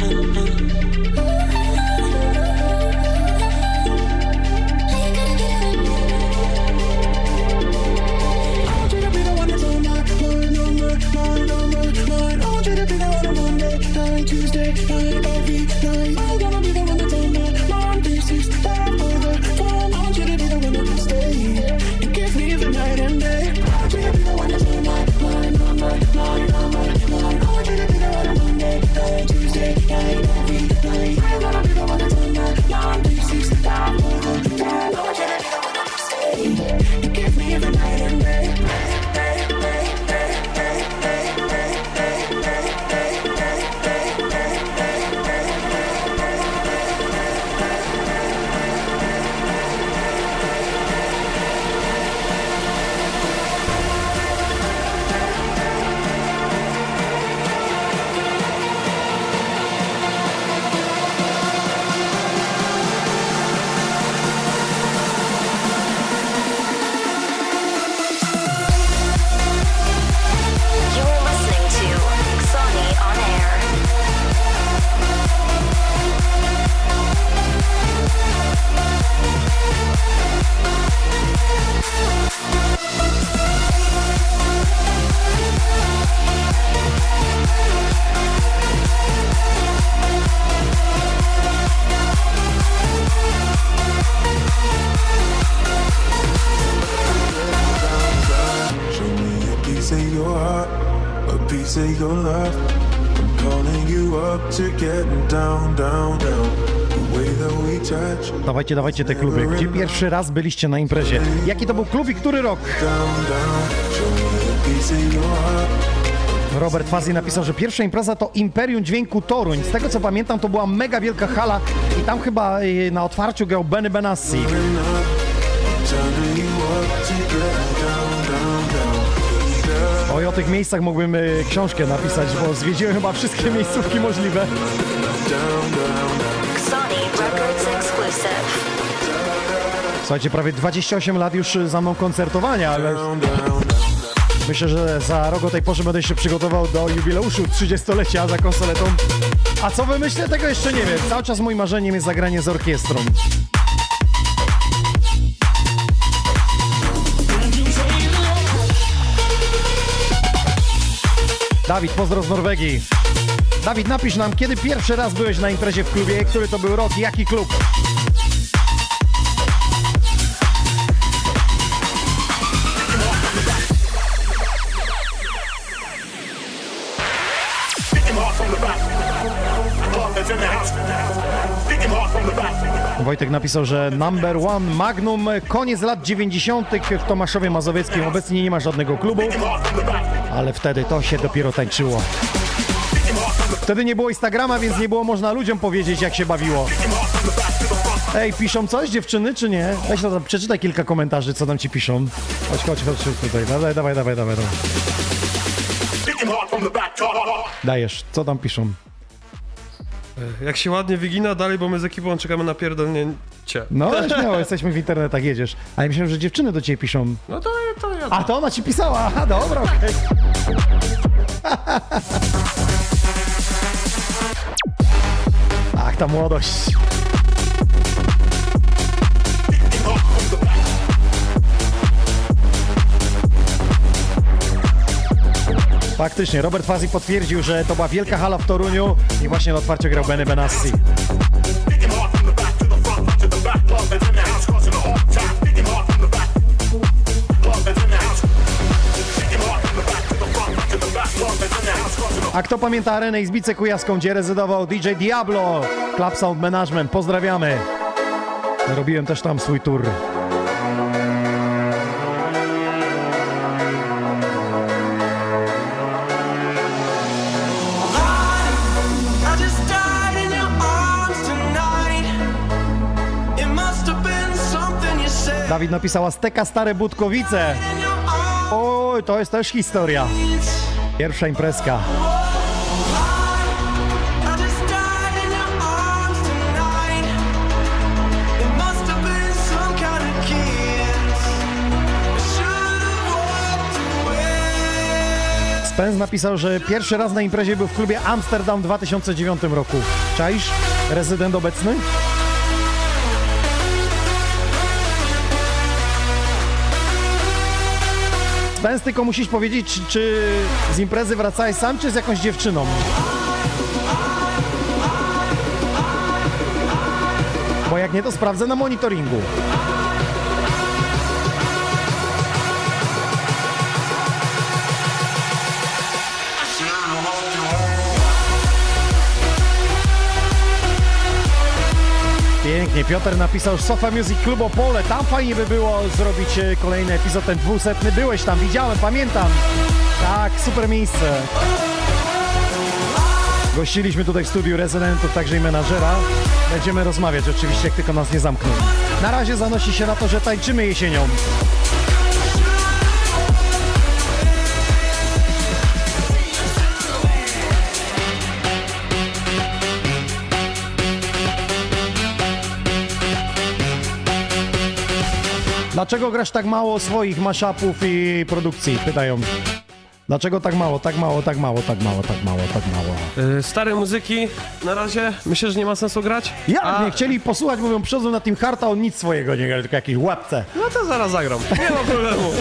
Dawajcie te kluby. Gdzie pierwszy raz byliście na imprezie? Jaki to był klub i który rok? Robert Fazzi napisał, że pierwsza impreza to Imperium Dźwięku Toruń. Z tego co pamiętam, to była mega wielka hala i tam chyba na otwarciu grał Benny Benassi. Oj, o tych miejscach mógłbym książkę napisać, bo zwiedziłem chyba wszystkie miejscówki możliwe. Xoni Records exclusive. Słuchajcie, prawie 28 lat już za mną koncertowania, ale myślę, że za rok o tej porze będę się przygotował do jubileuszu 30-lecia za konsoletą. A co wy myślę? Tego jeszcze nie wiem. Cały czas moim marzeniem jest zagranie z orkiestrą. Dawid, pozdro z Norwegii. Dawid, napisz nam, kiedy pierwszy raz byłeś na imprezie w klubie, który to był rok i jaki klub? Wojtek napisał, że number one Magnum, koniec lat 90. w Tomaszowie Mazowieckim. Obecnie nie ma żadnego klubu, ale wtedy to się dopiero tańczyło. Wtedy nie było Instagrama, więc nie było można ludziom powiedzieć, jak się bawiło. Ej, piszą coś dziewczyny, czy nie? Weź no, przeczytaj kilka komentarzy, co tam ci piszą. Chodź tutaj, dawaj. Dajesz, co tam piszą? Jak się ładnie wygina dalej, bo my z ekipą czekamy na pierdolnięcie. No, śmiało, jesteśmy w internetach, jedziesz. Ale myślałem, że dziewczyny do ciebie piszą. No to ja. A to ona ci pisała, aha, dobra, okej. Ach, ta młodość. Faktycznie, Robert Fazi potwierdził, że to była wielka hala w Toruniu i właśnie na otwarciu grał Benny Benassi. A kto pamięta arenę Izbicę Kujawską, gdzie rezydował DJ Diablo, Club Sound Management, pozdrawiamy. Robiłem też tam swój tour. Dawid napisał Azteka Stare Budkowice. Oj, to jest też historia. Pierwsza imprezka. Spence napisał, że pierwszy raz na imprezie był w klubie Amsterdam w 2009 roku. Czaisz? Rezydent obecny? Spence, tylko musisz powiedzieć, czy z imprezy wracałeś sam, czy z jakąś dziewczyną? Bo jak nie, to sprawdzę na monitoringu. Pięknie, Piotr napisał Sofa Music Club Opole, tam fajnie by było zrobić kolejny epizod, ten 200. Byłeś tam, widziałem, pamiętam. Tak, super miejsce. Gościliśmy tutaj w studiu rezydentów, także i menadżera. Będziemy rozmawiać oczywiście, jak tylko nas nie zamkną. Na razie zanosi się na to, że tańczymy jesienią. Dlaczego grasz tak mało swoich mashupów i produkcji? Pytają. Dlaczego tak mało? Stare muzyki na razie myślę, że nie ma sensu grać. Nie chcieli posłuchać, mówią, przychodzą na Team Hearta, on nic swojego nie gra, tylko jakieś łapce. No to zaraz zagram. Nie ma problemu.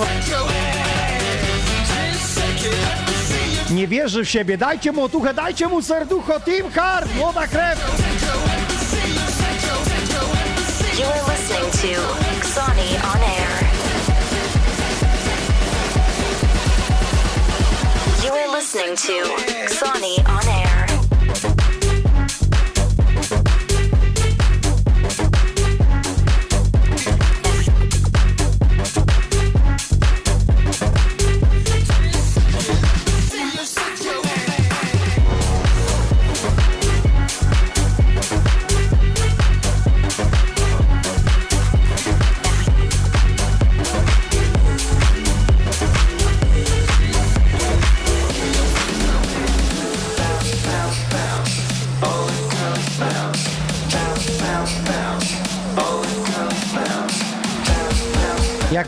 Nie wierzy w siebie, dajcie mu otuchę, dajcie mu serducho, Team Heart, młoda krew! You are listening to Xoni On Air. You are listening to Xoni On Air.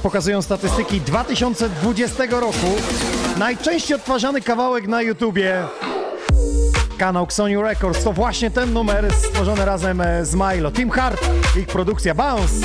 pokazują statystyki 2020 roku, najczęściej odtwarzany kawałek na YouTubie, kanał Xoniu Records, to właśnie ten numer stworzony razem z Milo. Team Hard, ich produkcja Bounce.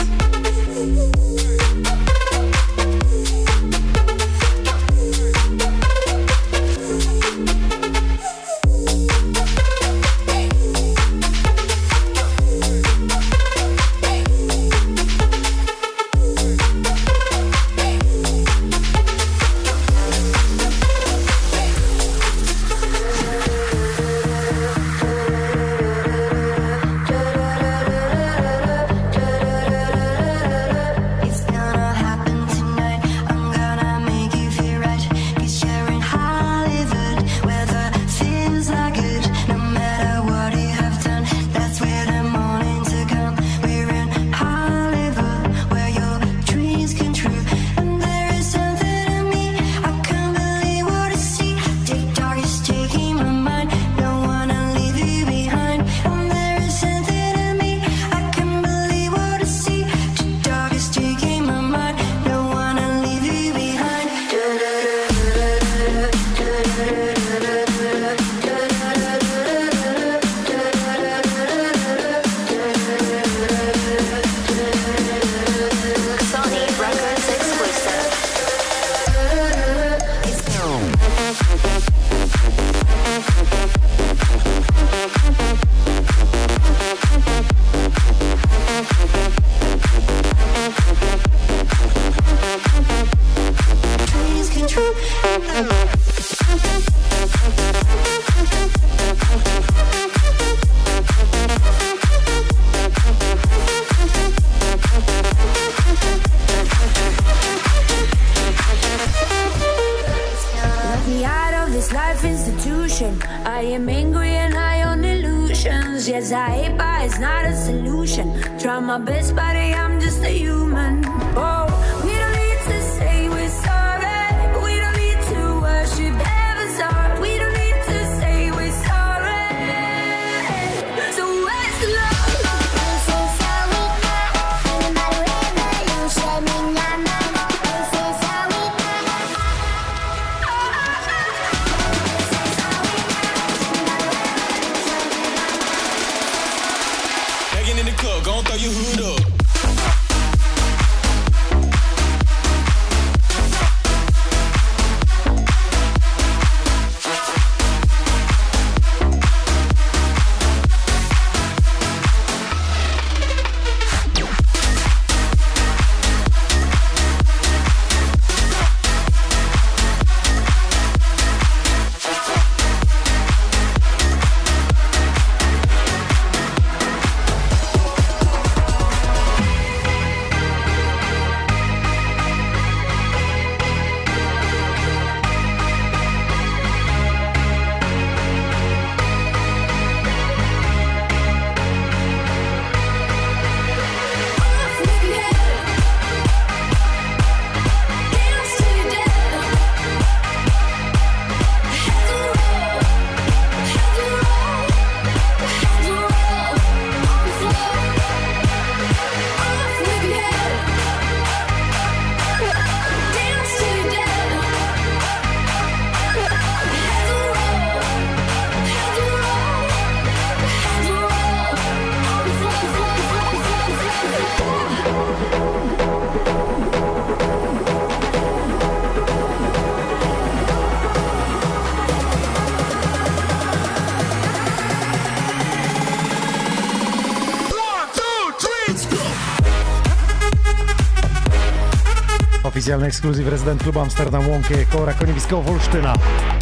Oficjalny ekskluzyw Resident Club Amsterdam Łąkie koło Rakoniewiskiego Olsztyna.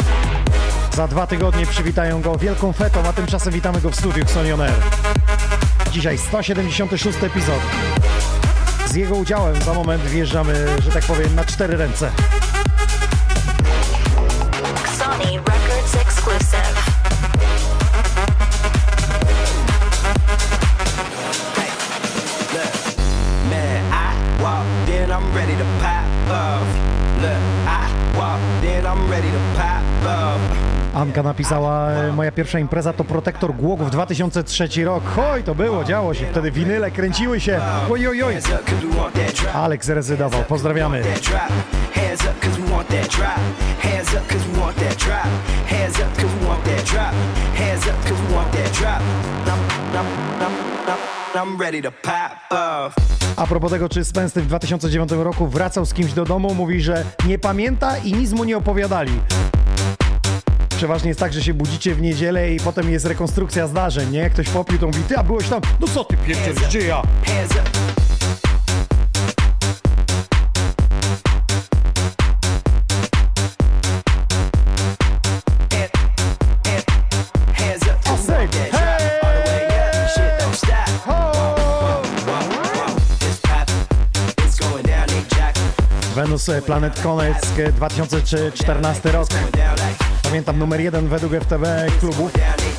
Za 2 tygodnie przywitają go wielką fetą, a tymczasem witamy go w studiu Xoni On Air. Dzisiaj 176 epizod. Z jego udziałem za moment wjeżdżamy, że tak powiem, na 4 ręce. Xoni Records Exclusive. I'm ready to pop off. Look, I walk, then I'm ready to pop off. Anka napisała, moja pierwsza impreza to Protektor Głogów, 2003 rok. Oj, to było, działo się, wtedy winyle kręciły się. Oj, oj, oj. Aleks rezydował, pozdrawiamy. A propos tego, czy Spence w 2009 roku wracał z kimś do domu, mówi, że nie pamięta i nic mu nie opowiadali. Przeważnie jest tak, że się budzicie w niedzielę i potem jest rekonstrukcja zdarzeń, nie? Ktoś popił, to mówi, ty, a byłeś tam? No co ty pierdzielisz, gdzie ja? Venus Planet Koniec 2014 rok. Pamiętam numer 1 według FTB klubów.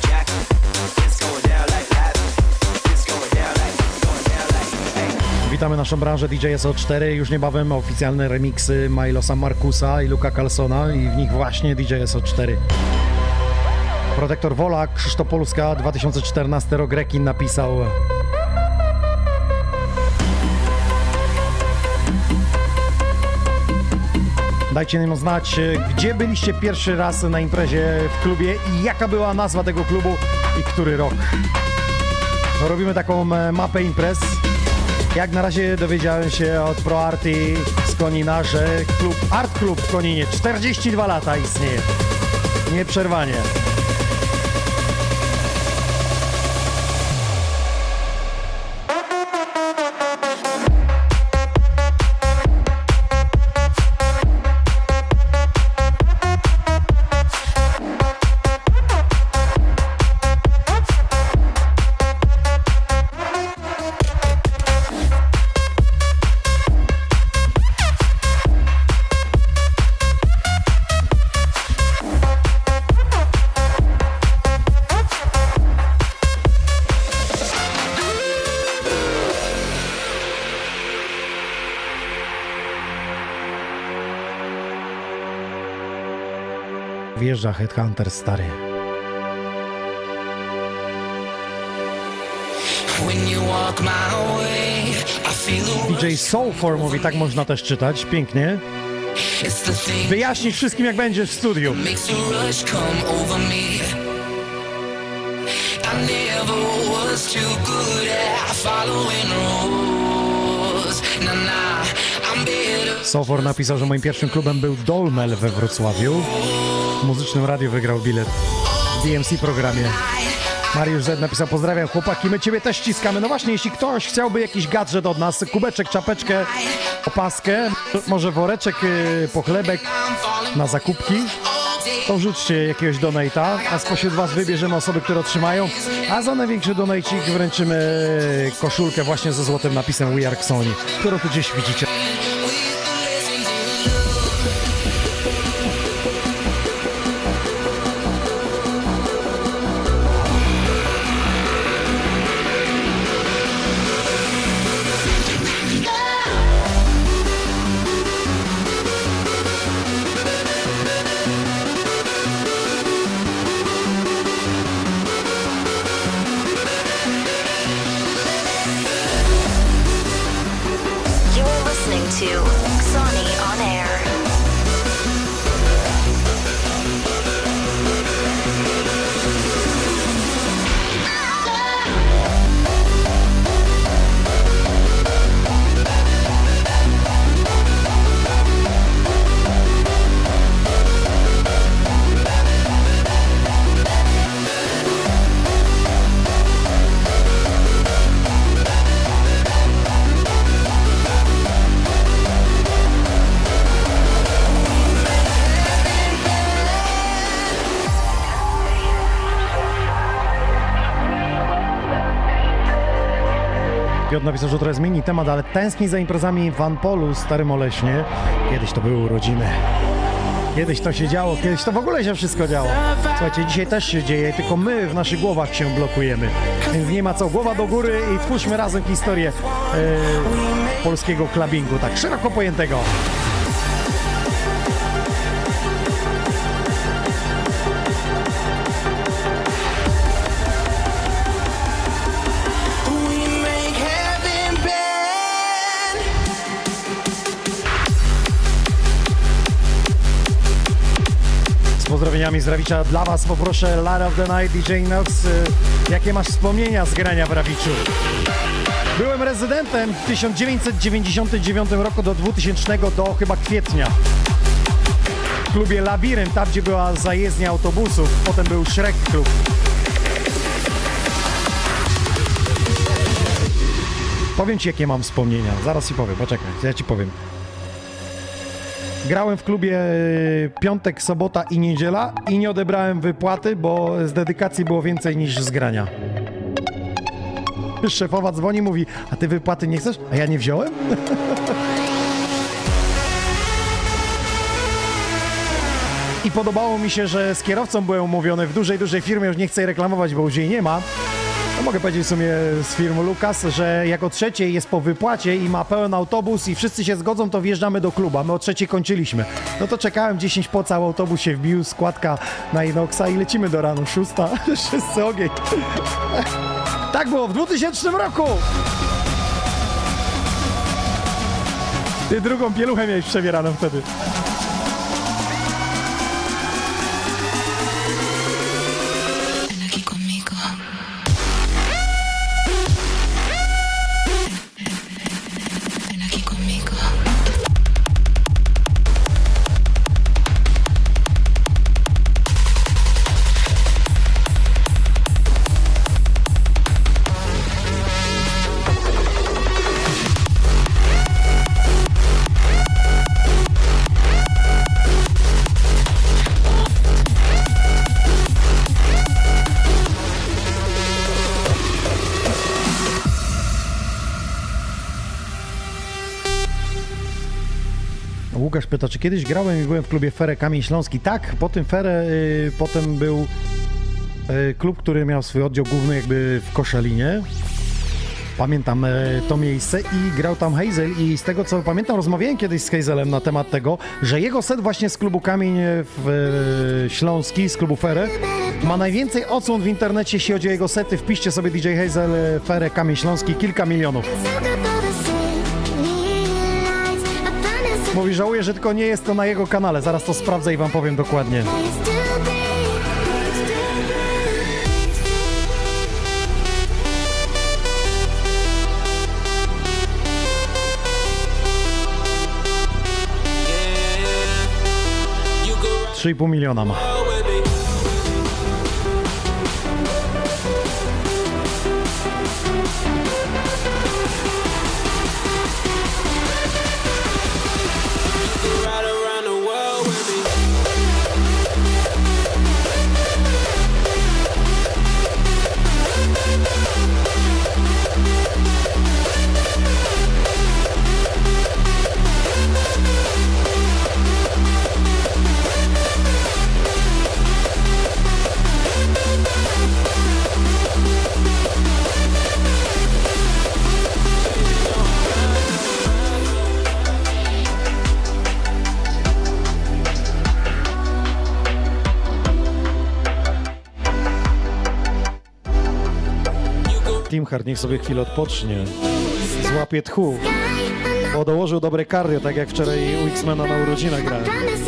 Witamy naszą branżę DJ SO4. Już niebawem oficjalne remiksy Milosa Markusa i Luka Carlsona i w nich właśnie DJ SO4. Protektor Wola, Krzysztopolska, 2014 rok. Rekin napisał: dajcie nam znać, gdzie byliście pierwszy raz na imprezie w klubie i jaka była nazwa tego klubu i który rok. No, robimy taką mapę imprez. Jak na razie dowiedziałem się od ProArty z Konina, że Art Club w Koninie 42 lata istnieje. Nieprzerwanie. Wjeżdża Headhunter stary. DJ Soulfor mówi, tak można też czytać, pięknie. Wyjaśnisz wszystkim, jak będziesz w studiu. Soulfor napisał, że moim pierwszym klubem był Dolmel we Wrocławiu. W muzycznym radiu wygrał bilet w DMC programie. Mariusz Z napisał, pozdrawiam chłopaki, my ciebie też ściskamy. No właśnie, jeśli ktoś chciałby jakiś gadżet od nas, kubeczek, czapeczkę, opaskę, może woreczek, pochlebek na zakupki, to rzućcie jakiegoś donate'a, a spośród was wybierzemy osoby, które otrzymają, a za największy donajcik wręczymy koszulkę właśnie ze złotym napisem We Are Xoni, którą tu gdzieś widzicie. Piotr napisał, że trochę zmieni temat, ale tęskni za imprezami w Anpolu, Starym Oleśnie. Kiedyś to były urodziny. Kiedyś to się działo, kiedyś to w ogóle się wszystko działo. Słuchajcie, dzisiaj też się dzieje, tylko my w naszych głowach się blokujemy. Więc nie ma co, głowa do góry i twórzmy razem historię polskiego clubbingu, tak szeroko pojętego. pozdrowieniami z Rawicza dla was poproszę Light of the Night, DJ Nox. Jakie masz wspomnienia z grania w Rawiczu? Byłem rezydentem w 1999 roku do 2000 do chyba kwietnia. W klubie Labirynt, tam gdzie była zajezdnia autobusów, potem był Shrek Klub. Powiem ci, jakie mam wspomnienia. Zaraz ci powiem, poczekaj, ja ci powiem. Grałem w klubie piątek, sobota i niedziela i nie odebrałem wypłaty, bo z dedykacji było więcej niż z grania. Szefowa dzwoni, mówi, a ty wypłaty nie chcesz? A ja nie wziąłem? I podobało mi się, że z kierowcą byłem umówiony w dużej firmie, już nie chcę jej reklamować, bo już jej nie ma. No mogę powiedzieć w sumie z firmy Lukas, że jak o 3:00 jest po wypłacie i ma pełen autobus i wszyscy się zgodzą, to wjeżdżamy do klubu. My o 3:00 kończyliśmy. No to czekałem 10 po, cały autobus się wbił, składka na Inoxa i lecimy do rana, 6:00, wszyscy ogień. Tak było w 2000 roku! Ty drugą pieluchę miałeś przebieraną wtedy. Łukasz pyta, czy kiedyś grałem i byłem w klubie Ferę Kamień Śląski. Tak, po tym Ferę potem był klub, który miał swój oddział główny jakby w Koszalinie. Pamiętam to miejsce i grał tam Hazel i z tego co pamiętam rozmawiałem kiedyś z Hazelem na temat tego, że jego set właśnie z klubu Kamień Śląski, z klubu Ferę ma najwięcej odsłon w internecie, jeśli chodzi o jego sety. Wpiszcie sobie DJ Hazel Ferę Kamień Śląski, kilka milionów. Mówi, żałuję, że tylko nie jest to na jego kanale. Zaraz to sprawdzę i wam powiem dokładnie. Yeah. 3,5 miliona ma. Timhard niech sobie chwilę odpocznie, złapie tchu, bo dołożył dobre cardio, tak jak wczoraj u X-Mena na urodzinach grałem.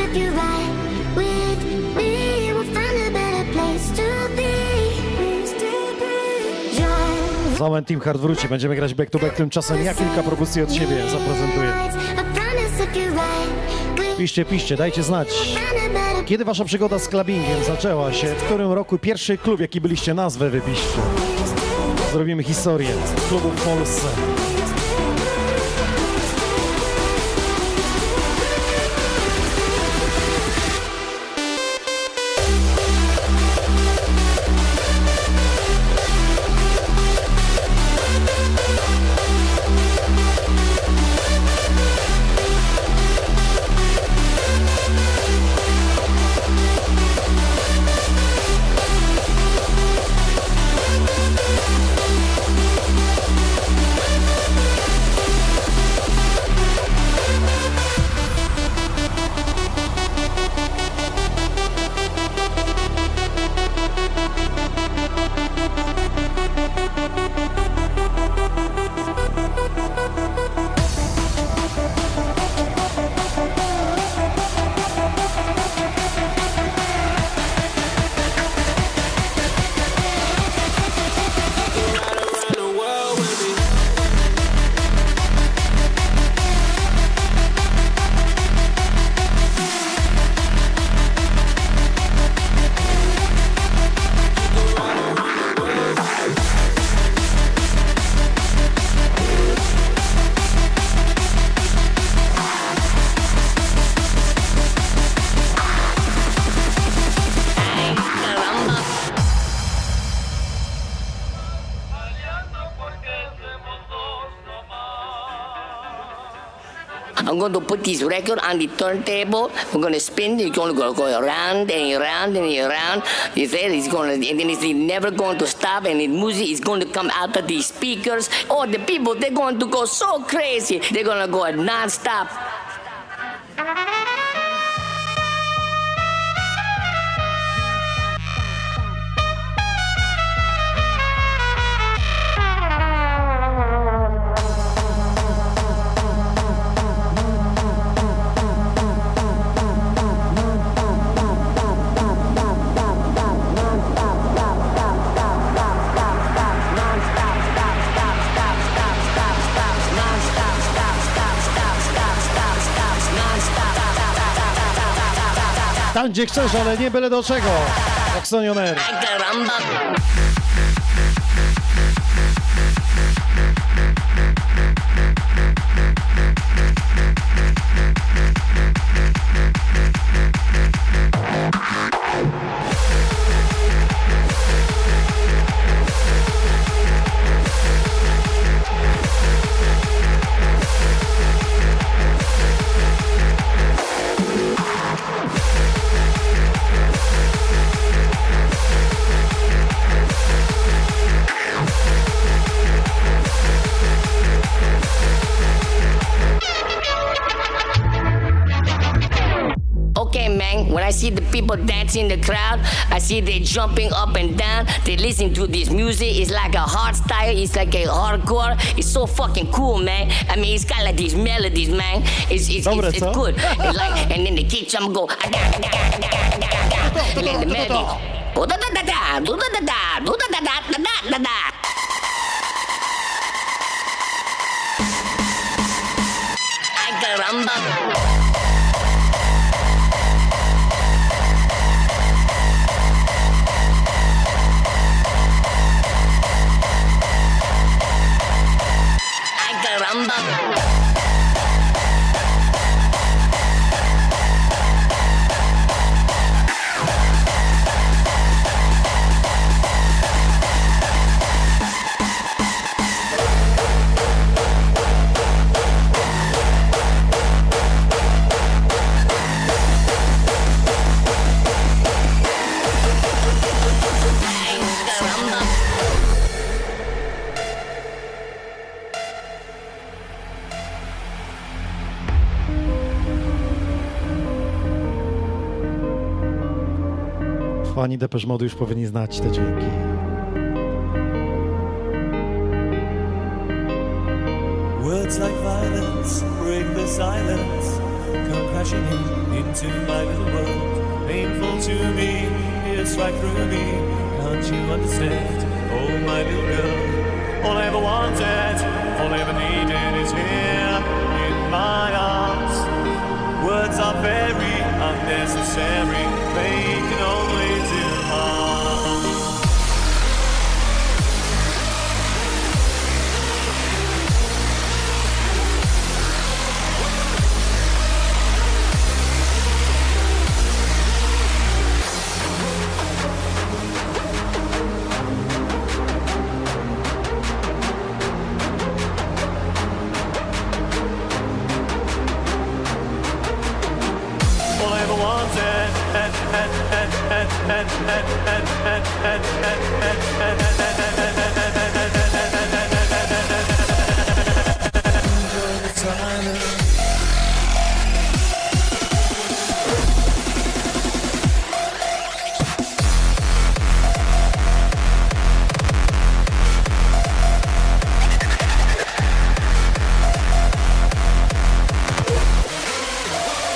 Za moment Timhard wróci, będziemy grać back to back, tymczasem ja kilka propozycji od siebie zaprezentuję. Piszcie, dajcie znać. Kiedy wasza przygoda z clubbingiem zaczęła się? W którym roku? Pierwszy klub, jaki byliście, nazwę wypiszcie. Zrobimy historię klubu w Polsce. I'm going to put this record on the turntable. We're going to spin. It's going to go around and around and around. You say it's going to, and then it's never going to stop. And the music is going to come out of these speakers. Oh, the people, they're going to go so crazy. They're going to go non-stop. Tam gdzie chcesz, ale nie byle do czego. Jak Xoni On Air. When I see the people dancing in the crowd, I see they jumping up and down. They listen to this music. It's like a hard style. It's like a hardcore. It's so fucking cool, man. I mean, it's got like these melodies, man. It's good. It's like, and then the kick drum go, and then the melody. Ay, caramba. Fani Depeche Mode już powinni znać te dźwięki. Words like violence break the silence, come crashing into my little world. Painful to me, it's right through me. Can't you understand? Oh, my little girl. All I ever wanted, all I ever needed is here in my arms. Words are very unnecessary, they can only do harm.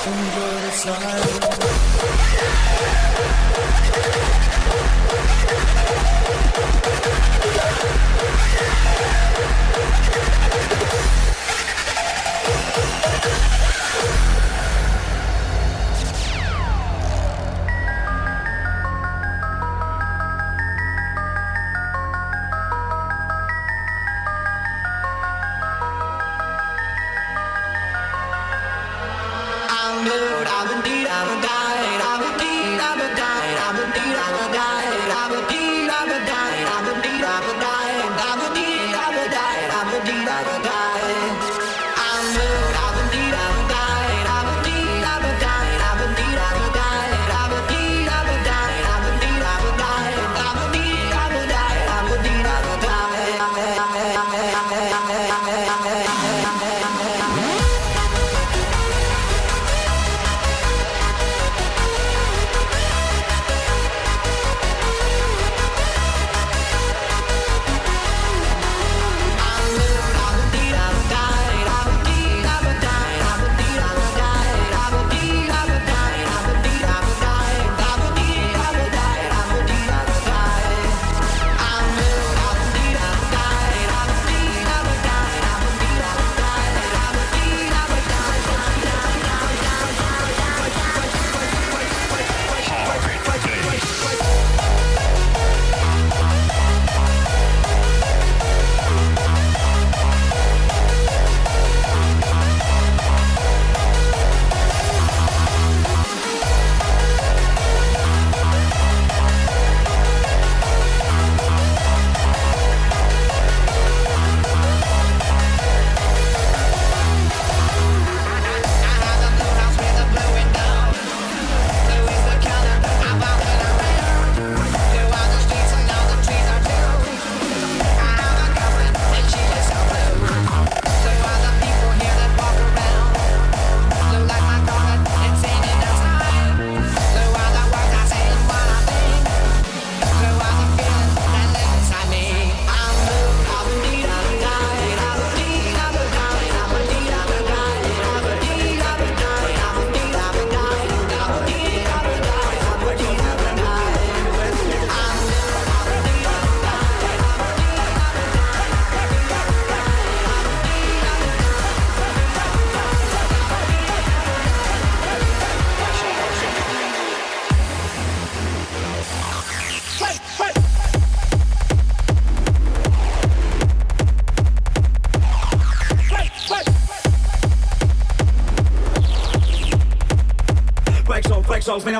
Enjoy the silence.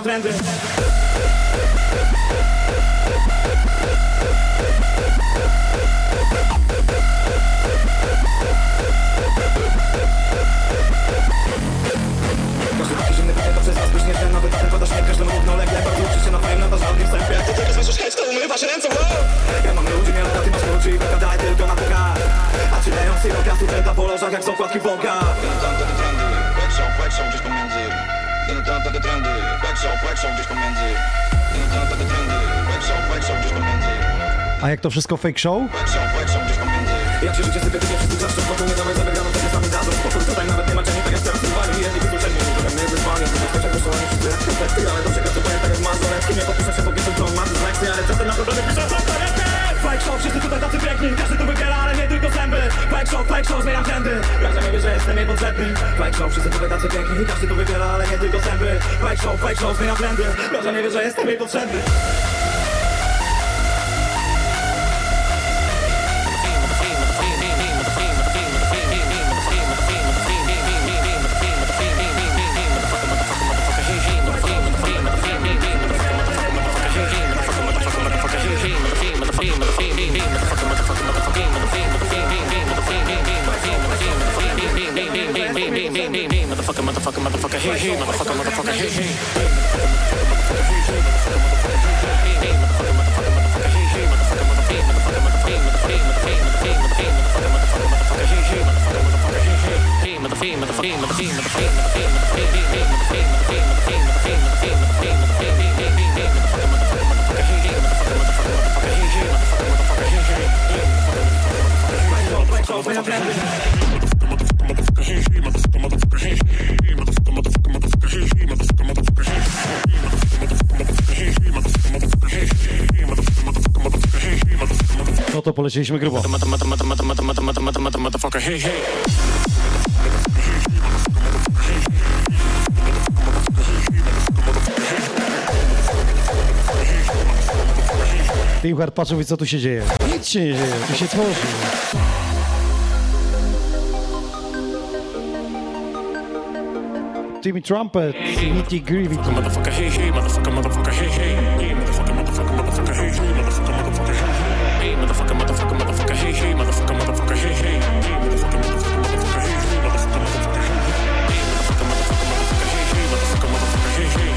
trendy. Każdy taki zimny prawie to przez was byś nie ten nowy patent podasz mnie każdemu równolegle. Bardzo uczy się na twoim nadarzalnym wstępie. Jak ty tylko słyszysz hejt, to umywasz ręce, wow. Ja mam ludzi, miałem ty masz ludzi i gadaj tylko na pokaz. A ci leją z robiastu trenda po lożach jak z okładki Vogue'a. Wtedy trendy, flex gdzieś pomiędzy. Wtedy trendy, flex gdzieś pomiędzy. Wtedy trendy, flex gdzieś pomiędzy. A jak to wszystko fake show? Flex gdzieś pomiędzy. Jak się życie sypie, to nie wszyscy klaszczą, spokój nie dawaj zabiegano, takie sami dadzą. Spokój tutaj nawet nie ma czemu, tak jak teraz wywali. Jedni wykluczeni, trochę mnie wyzwanie. To jest czego szalenie wszyscy jak efekty, ale dobrze każdy powiem tak jak Mazorecki. Nie podpiszę się po pierwszym tą mam dyslekcję, ale czasem na problemy piszę transparentnie. Fake show, wszyscy tutaj tacy piękni, każdy tu wybiera, ale nie tylko zęby. Fake show, zmieniam trendy. Branża nie wie, że jestem jej potrzebny. Fake show, wszyscy tutaj tacy piękni, każdy tu wybiera, ale nie tylko zęby. Fake show, zmieniam trendy. Branża nie wie, że jestem jej potrzebny. Motherfucker, hey, hey, motherfucker, hey, hey. No to polecieliśmy grubo. Teamheart, patrzę, co tu się dzieje. Nic się nie dzieje, tu się tworzy. Timmy Trumpet, Nitty Gritty. Motherfucker, hey, hey, motherfucker, motherfucker, hey, hey. Motherfucker, motherfucker, motherfucker, hey, hey, motherfucker, motherfucker, hey, hey. Motherfucker, motherfucker, motherfucker, hey, hey, motherfucker, motherfucker, hey, hey. Motherfucker, motherfucker, motherfucker, hey, hey, motherfucker, motherfucker, hey, hey. Motherfucker, motherfucker, motherfucker, hey, hey, motherfucker, motherfucker, hey, hey.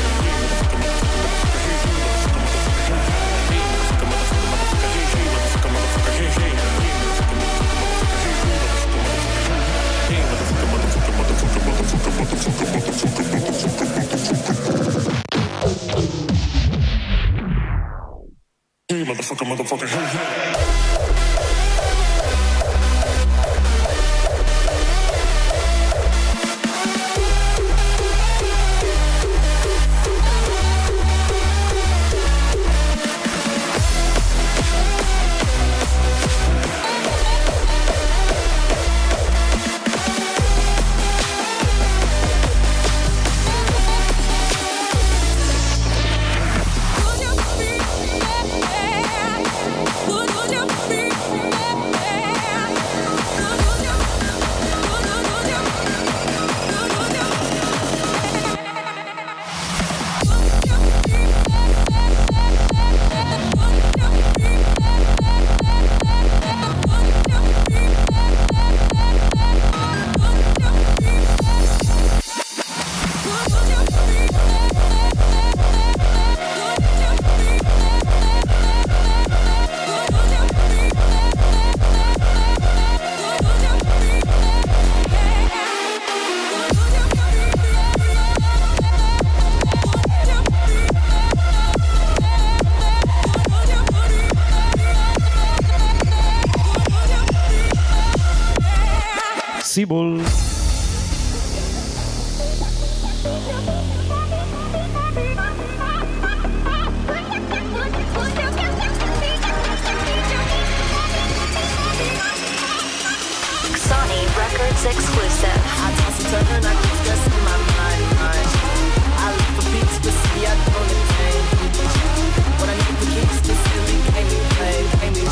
Motherfucker, motherfucker, hey, hey. Sibul. Sony Records exclusive. I toss and turn, I keep stressing my mind. I look for peace, but see I don't attain. What I need for keeps this silly game we play.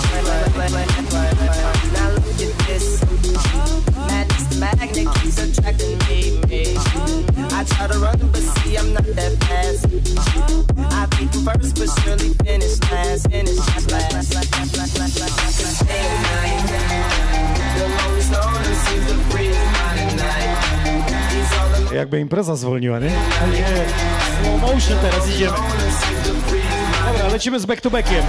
Now look at this. Madness, the magnet keeps attracting me. I try to run, but see I'm not that fast. be first, but surely finish last. Finish last. Day and night, the lonely loner seems to free his mind at night. He's all alone. Jakby impreza zwolniła, nie? A nie, slow motion teraz idziemy. Dobra, lecimy z back to backiem.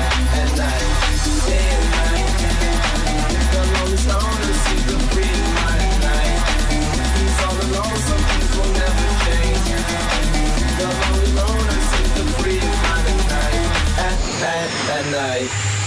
At night.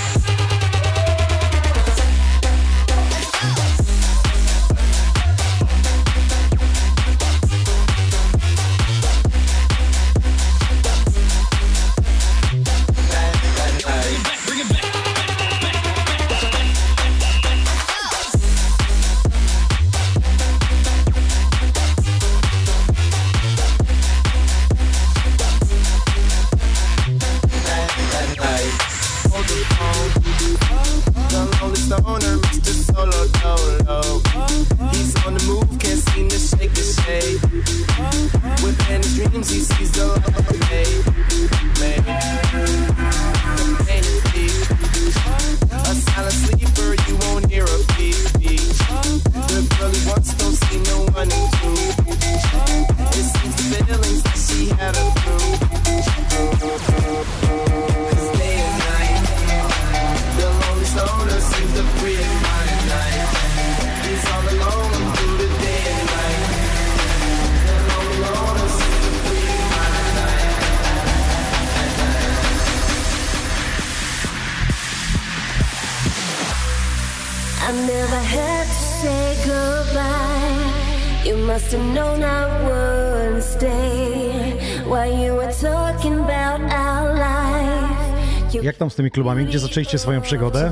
I never had to say goodbye. You must have known I wouldn't stay while you were talking about our life. Jak tam z tymi klubami? Gdzie zaczęliście swoją przygodę?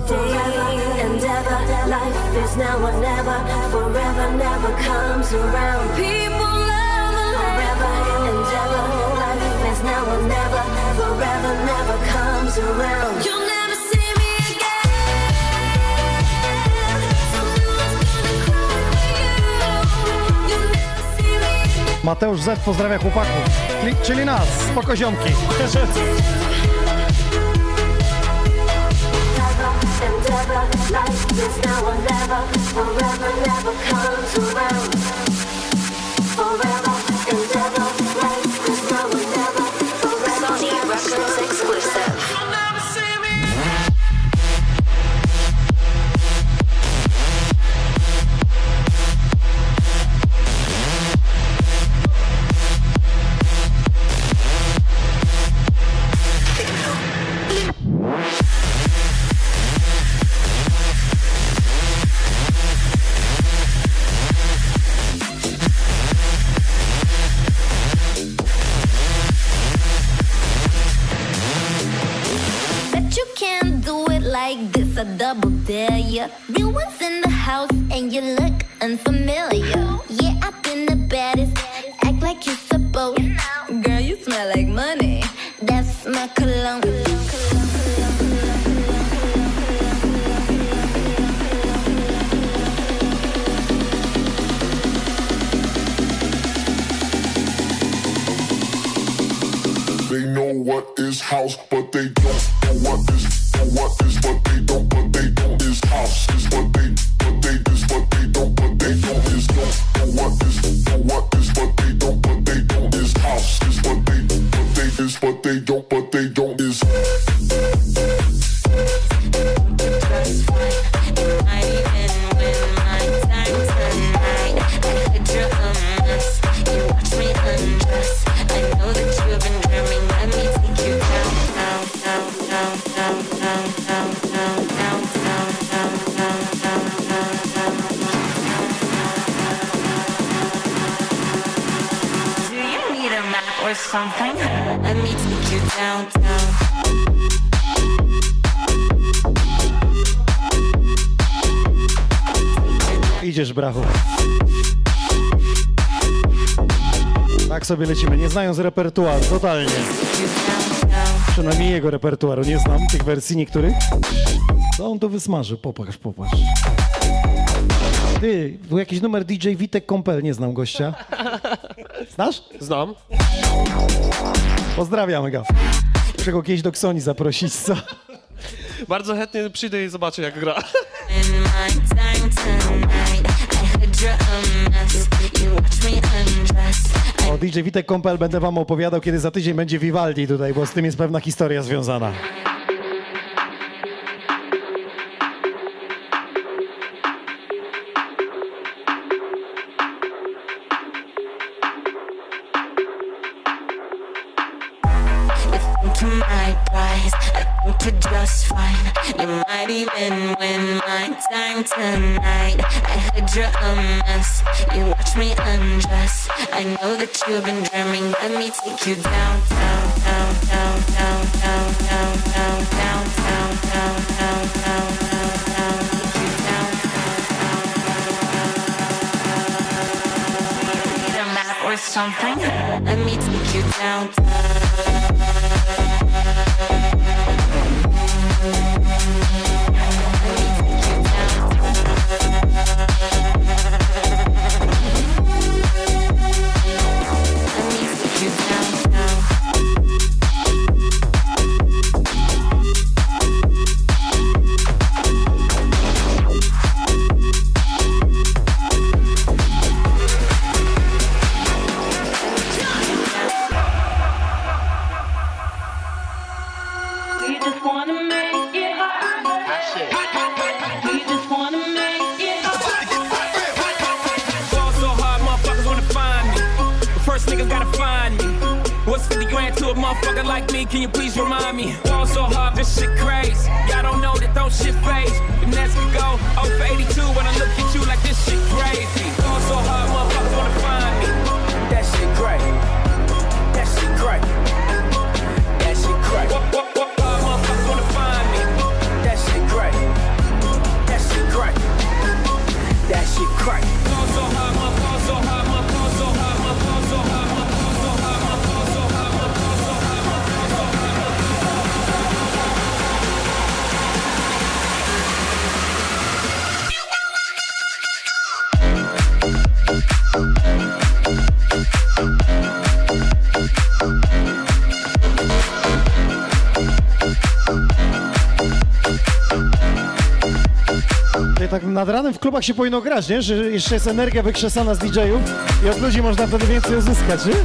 Mateusz Z pozdrawia chłopaków, czyli nas, spoko ziomki. A double dare ya. Real ones in the house and you look unfamiliar. Yeah, I've been the baddest. Act like you're supposed. Girl, you smell like money. That's my cologne. They know what is house, but they don't know what is what they don't, but they don't is house is what they is what they don't, but they don't is don't know what is what they don't, but they don't is house is what they is what they don't, but they don't is. Something. Let me take you downtown. Idziesz, brachu. Tak sobie lecimy, nie znając repertuaru, totalnie. Przynajmniej jego repertuaru, nie znam tych wersji niektórych. Co on tu wysmażył? Popatrz. Ty, był jakiś numer DJ Witek Kompel, nie znam gościa. Znasz? Znam. Pozdrawiamy go. Muszę go kiedyś do Ksoni zaprosić, co? Bardzo chętnie przyjdę i zobaczę, jak gra. O, DJ Witek Kompel, będę wam opowiadał, kiedy za tydzień będzie Vivaldi tutaj, bo z tym jest pewna historia związana. My prize, I think you're just fine. You might even win my time tonight. I heard you're a mess. You watch me undress. I know that you've been dreaming. Let me take you down, down, down, down, down, down, down, down, down, down, down, down, down, down, down. Take you down, down, down. Need a map or something? Let me take you down, motherfucker like me, can you please remind me? Fall so hard, this shit crazy. Y'all don't know that those shit phase. The next could go 0 for 82 when I look at you like this shit crazy. Fall so hard, motherfuckers wanna find me. That shit great. That shit great. That shit great. Motherfuckers wanna find me. That shit great. That shit great. That shit great. Fall so hard, fall so hard, fall so hard, fall so hard, fall so hard, fall so hard. Tak nad ranem w klubach się powinno grać, nie? Że jeszcze jest energia wykrzesana z DJ-ów i od ludzi można wtedy więcej uzyskać, nie?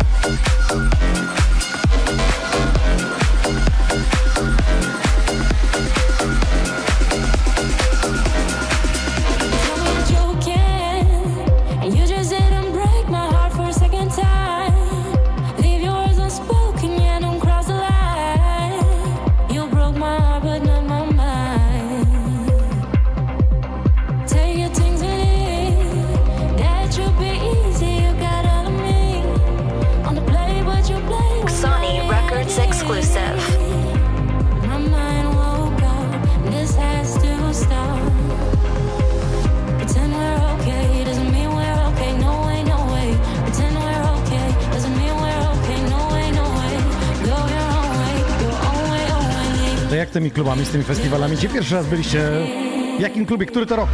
Jak tymi klubami, z tymi festiwalami? Gdzie pierwszy raz byliście? W jakim klubie? Który to rok?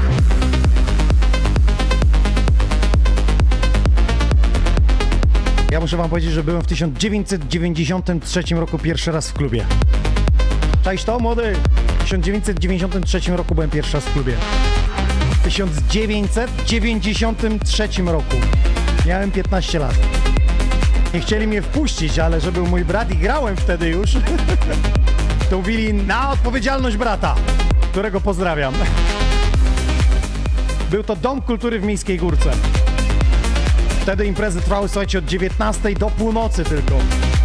Ja muszę wam powiedzieć, że byłem w 1993 roku pierwszy raz w klubie. Cześć to, młody? W 1993 roku byłem pierwszy raz w klubie. W 1993 roku. Miałem 15 lat. Nie chcieli mnie wpuścić, ale że był mój brat i grałem wtedy już. To mówili na odpowiedzialność brata, którego pozdrawiam. Był to Dom Kultury w Miejskiej Górce. Wtedy imprezy trwały, słuchajcie, od 19 do północy tylko.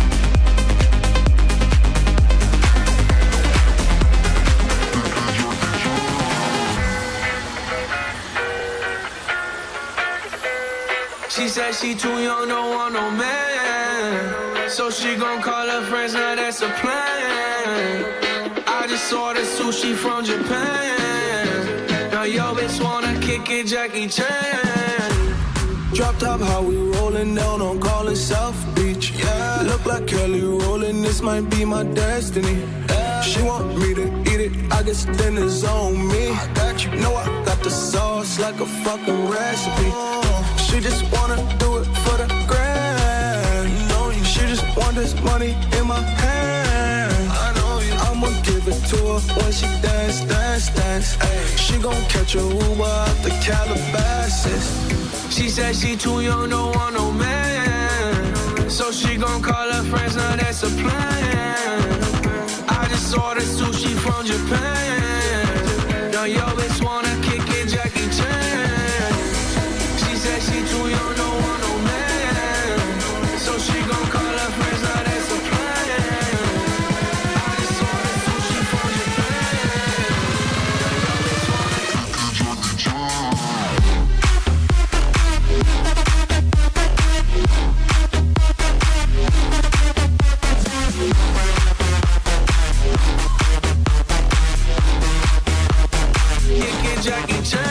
She said she too young, don't want no man. So she gon' call her friends, now that's a plan. I just ordered sushi from Japan. Now yo bitch wanna kick it, Jackie Chan. Drop top, how we rollin' down on Call it South Beach. Yeah, look like Kelly rollin', this might be my destiny. She want me to eat it, I guess then it's on me. I got you, know I got the sauce like a fucking recipe. She just wanna do it for the grand. She just want this money in my hand. to her when she dance, dance, dance. Ay, she gon' catch a Uber out the Calabasas. She said she too young, don't want no man. So she gon' call her friends, now that's a plan. I just ordered sushi from Japan. Now yo bitch wanna kick it, Jackie Chan. She said she too young, don't want no man. So she gon' call her friends, now that's a plan. I just ordered sushi from Japan. Now yo bitch wanna kick it, Jackie Chan. Jackie Chan.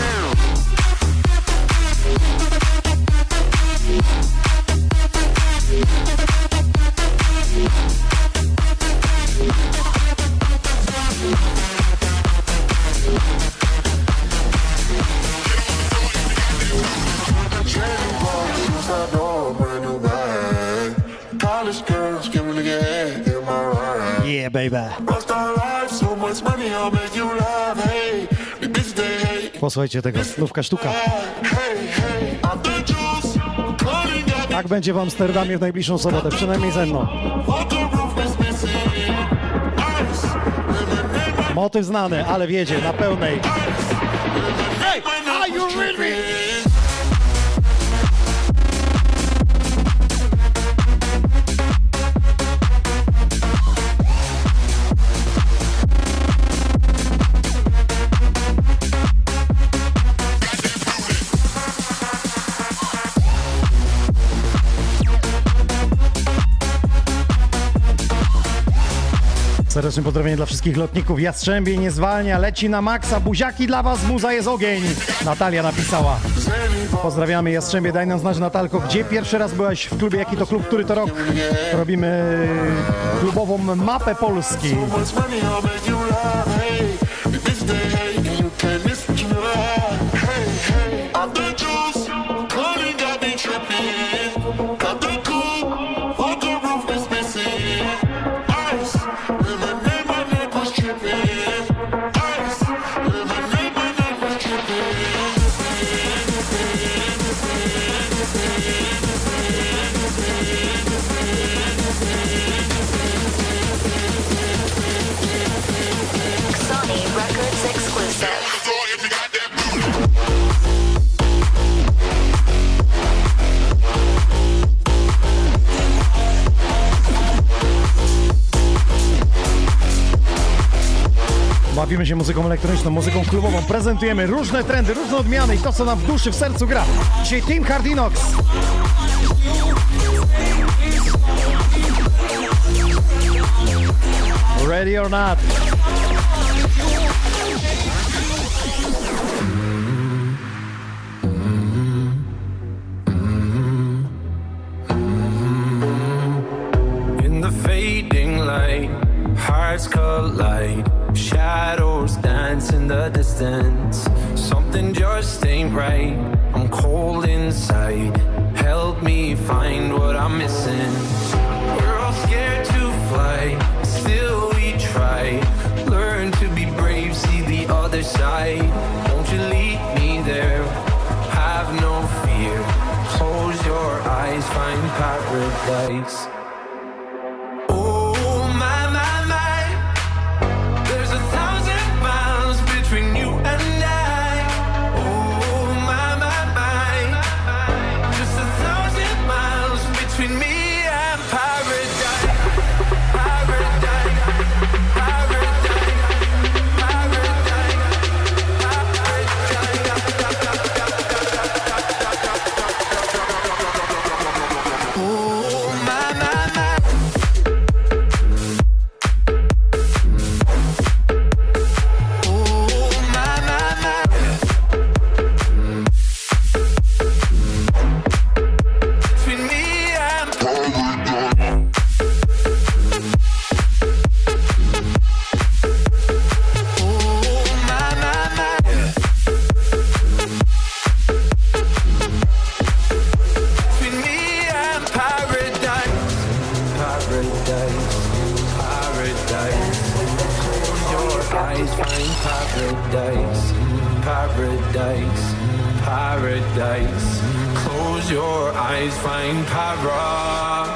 College girls give a nigga head, am I right? Yeah, baby. Rockstar life, so much money, I'll make you laugh, hey. The bitch they hate. Posłuchajcie tego, nówka sztuka. Hey, hey, I'm the juice. Calling got me. Tak będzie w Amsterdamie w najbliższą sobotę, przynajmniej ze mną. Motyw znany, ale wiedzie na pełnej. Hey, are you ready? Serdeczne pozdrowienie dla wszystkich lotników. Jastrzębie nie zwalnia, leci na maksa. Buziaki dla was, muza jest ogień. Natalia napisała. Pozdrawiamy Jastrzębie, daj nam znać, Natalko, gdzie pierwszy raz byłaś w klubie, jaki to klub, który to rok. Robimy klubową mapę Polski. Bawimy się muzyką elektroniczną, muzyką klubową, prezentujemy różne trendy, różne odmiany i to, co nam w duszy, w sercu gra. Dzisiaj Team Hardinox. Ready or not? In the fading light, hearts collide. Shadows dance in the distance. Something just ain't right. I'm cold inside. Help me find what I'm missing. We're all scared to fly, still we try. Learn to be brave, see the other side. Won't you lead me there? Have no fear. Close your eyes, find paradise. Oh, my, my. find paradise, paradise, paradise. Close your eyes, find para.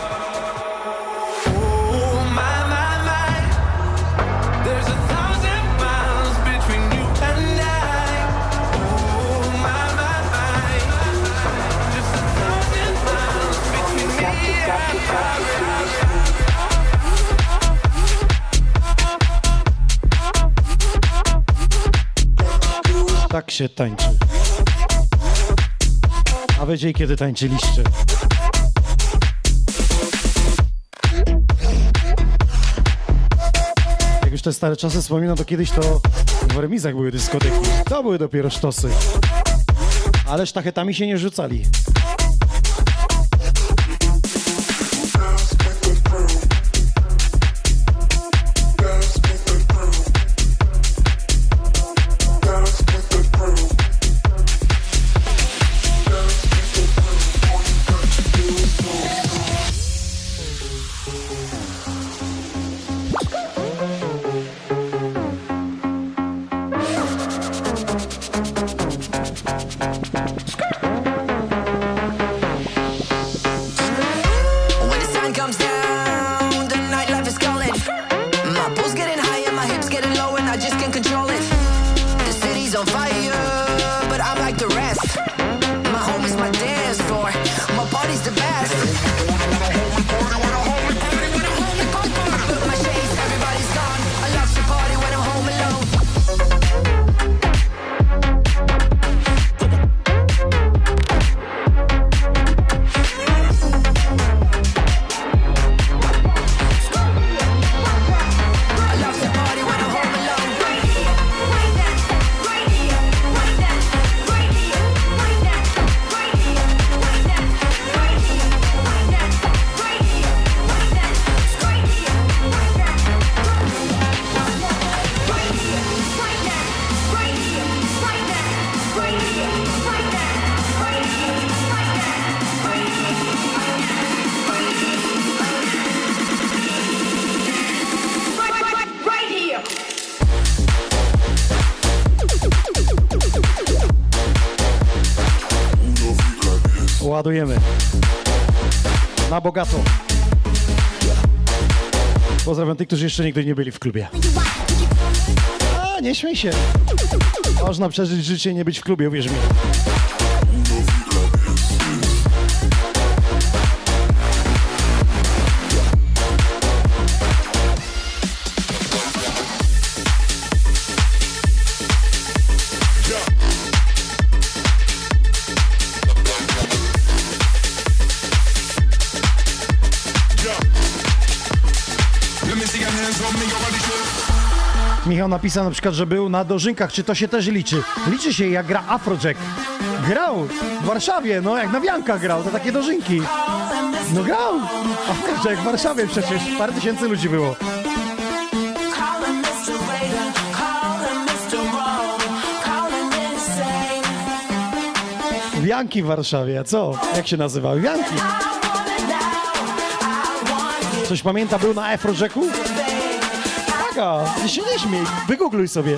Oh my, my, my. There's 1,000 miles between you and I. Oh my, my, my. Just 1,000 miles between me and paradise. Tak się tańczy. A wiecie, kiedy tańczyliście? Jak już te stare czasy wspominam, to kiedyś to w remizach były dyskoteki. To były dopiero sztosy. Ale sztachetami się nie rzucali. Ładujemy. Na bogato. Pozdrawiam tych, którzy jeszcze nigdy nie byli w klubie. A, nie śmiej się. Można przeżyć życie i nie być w klubie, uwierz mi. Michał napisał na przykład, że był na dożynkach. Czy to się też liczy? Liczy się, jak gra Afrojack. Grał w Warszawie, no jak na wiankach grał, to takie dożynki. No grał Afrojack w Warszawie przecież. Parę tysięcy ludzi było. Wianki w Warszawie, a co? Jak się nazywały? Wianki. Coś pamięta, był na Afrojacku? Nie się nie śmiej, wygoogluj sobie.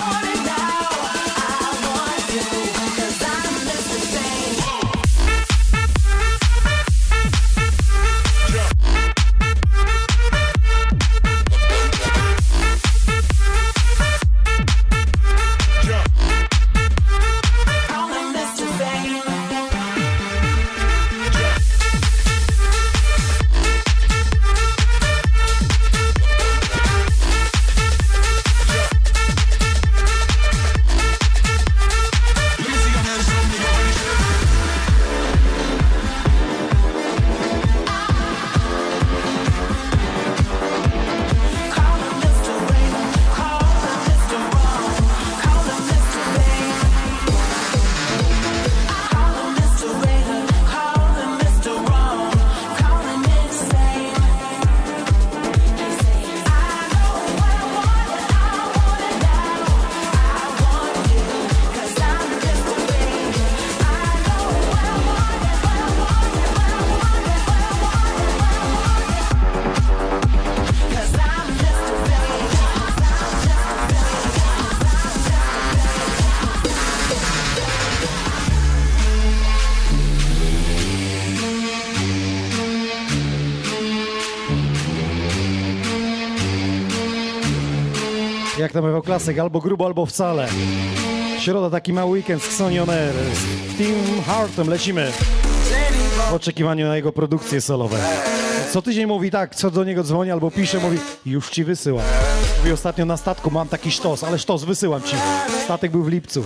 Jak to mówił klasyk, albo grubo, albo wcale. Środa, taki mały weekend z Xoni On Air. Z Tim Hartem lecimy w oczekiwaniu na jego produkcje solowe. Co tydzień mówi tak, co do niego dzwoni albo pisze, mówi już ci wysyłam. Mówi ostatnio na statku, mam taki sztos, ale sztos wysyłam ci. Statek był w lipcu.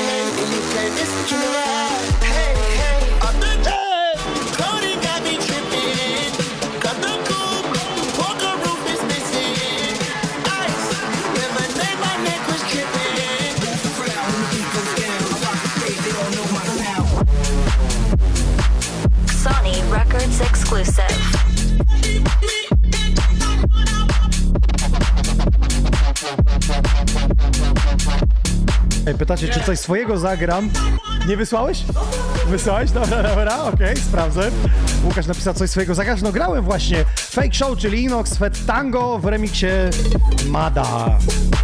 Records exclusive. Ej, pytacie, czy coś swojego zagram? Nie wysłałeś? Wysłałeś? Dobra, okej, sprawdzę. Łukasz napisał, coś swojego zagrasz? No grałem właśnie. Fake Show, czyli Inox, Fet Tango w remiksie Mada.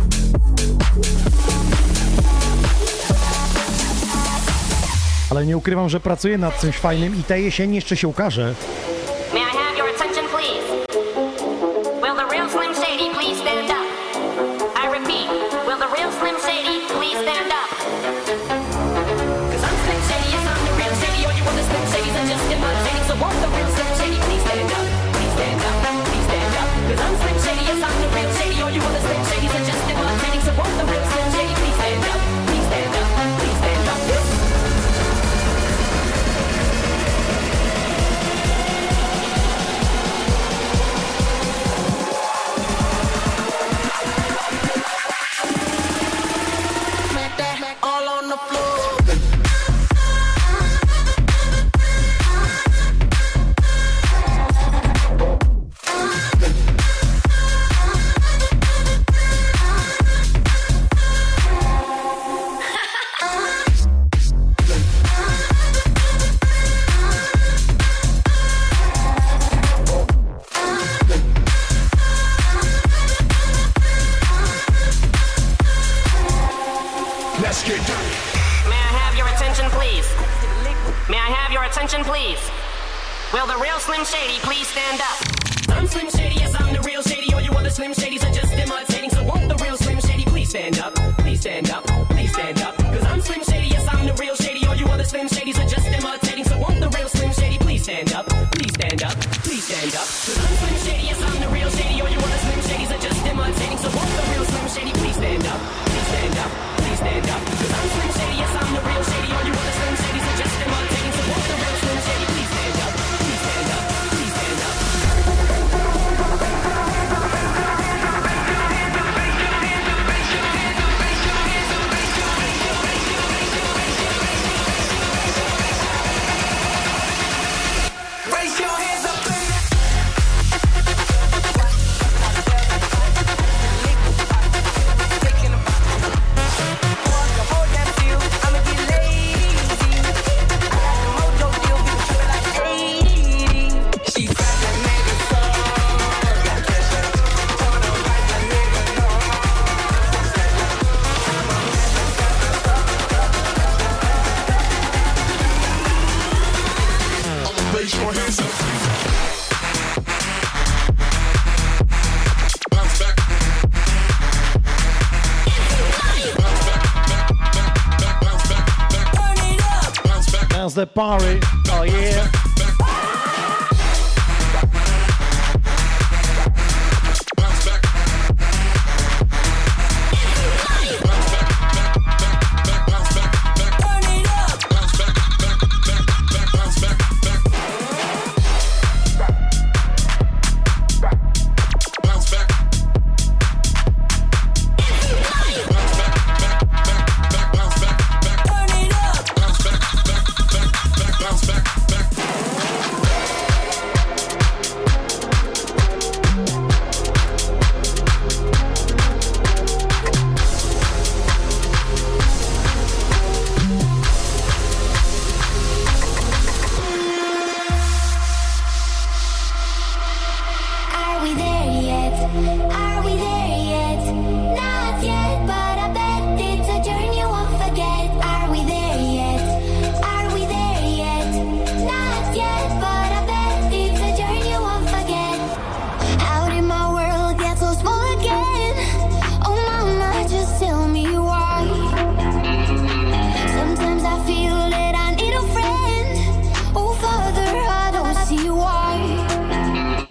Ale nie ukrywam, że pracuję nad czymś fajnym i tej jesieni jeszcze się ukaże. May I have your attention, please? Will the real Slim Shady please stand up? I repeat, will the real Slim Shady please stand up? Cause I'm Slim Shady, yes, I'm the real Shady. All you other Slim Shadys are just imitating. So won't the real Slim Shady please stand up? Please stand up, please stand up. Cause I'm Slim Shady, yes, I'm the real Shady. All you other Slim Shadys are just imitating. So won't the real Slim Shady please stand up? Please stand up, please stand up. Will the real Slim Shady please stand up? I'm Slim Shady, yes, I'm the real Shady. All you other Slim Shadys are just imitating. So won't the real Slim Shady please stand up? Please stand up, please stand up. Cause I'm Slim Shady, yes, I'm the real Shady. All you other Slim Shadys are just imitating. So won't the real Slim Shady please stand up? Please stand up, please stand up. Cause I'm Slim Shady, yes, I'm the real Shady. All you other Slim Shadys are just imitating. So won't the real Slim Shady please stand up? Please stand up, please stand up. Cause I'm Slim Shady, yes, I'm the real Shady. All you other Slim Shadys are just imitating. So won't the real Slim Shady please stand up? Please stand up, please stand up. Raise your hands up in the Raise your hands up. Bounce that party. Oh yeah.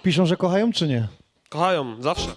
piszą, że kochają, czy nie? Kochają, zawsze.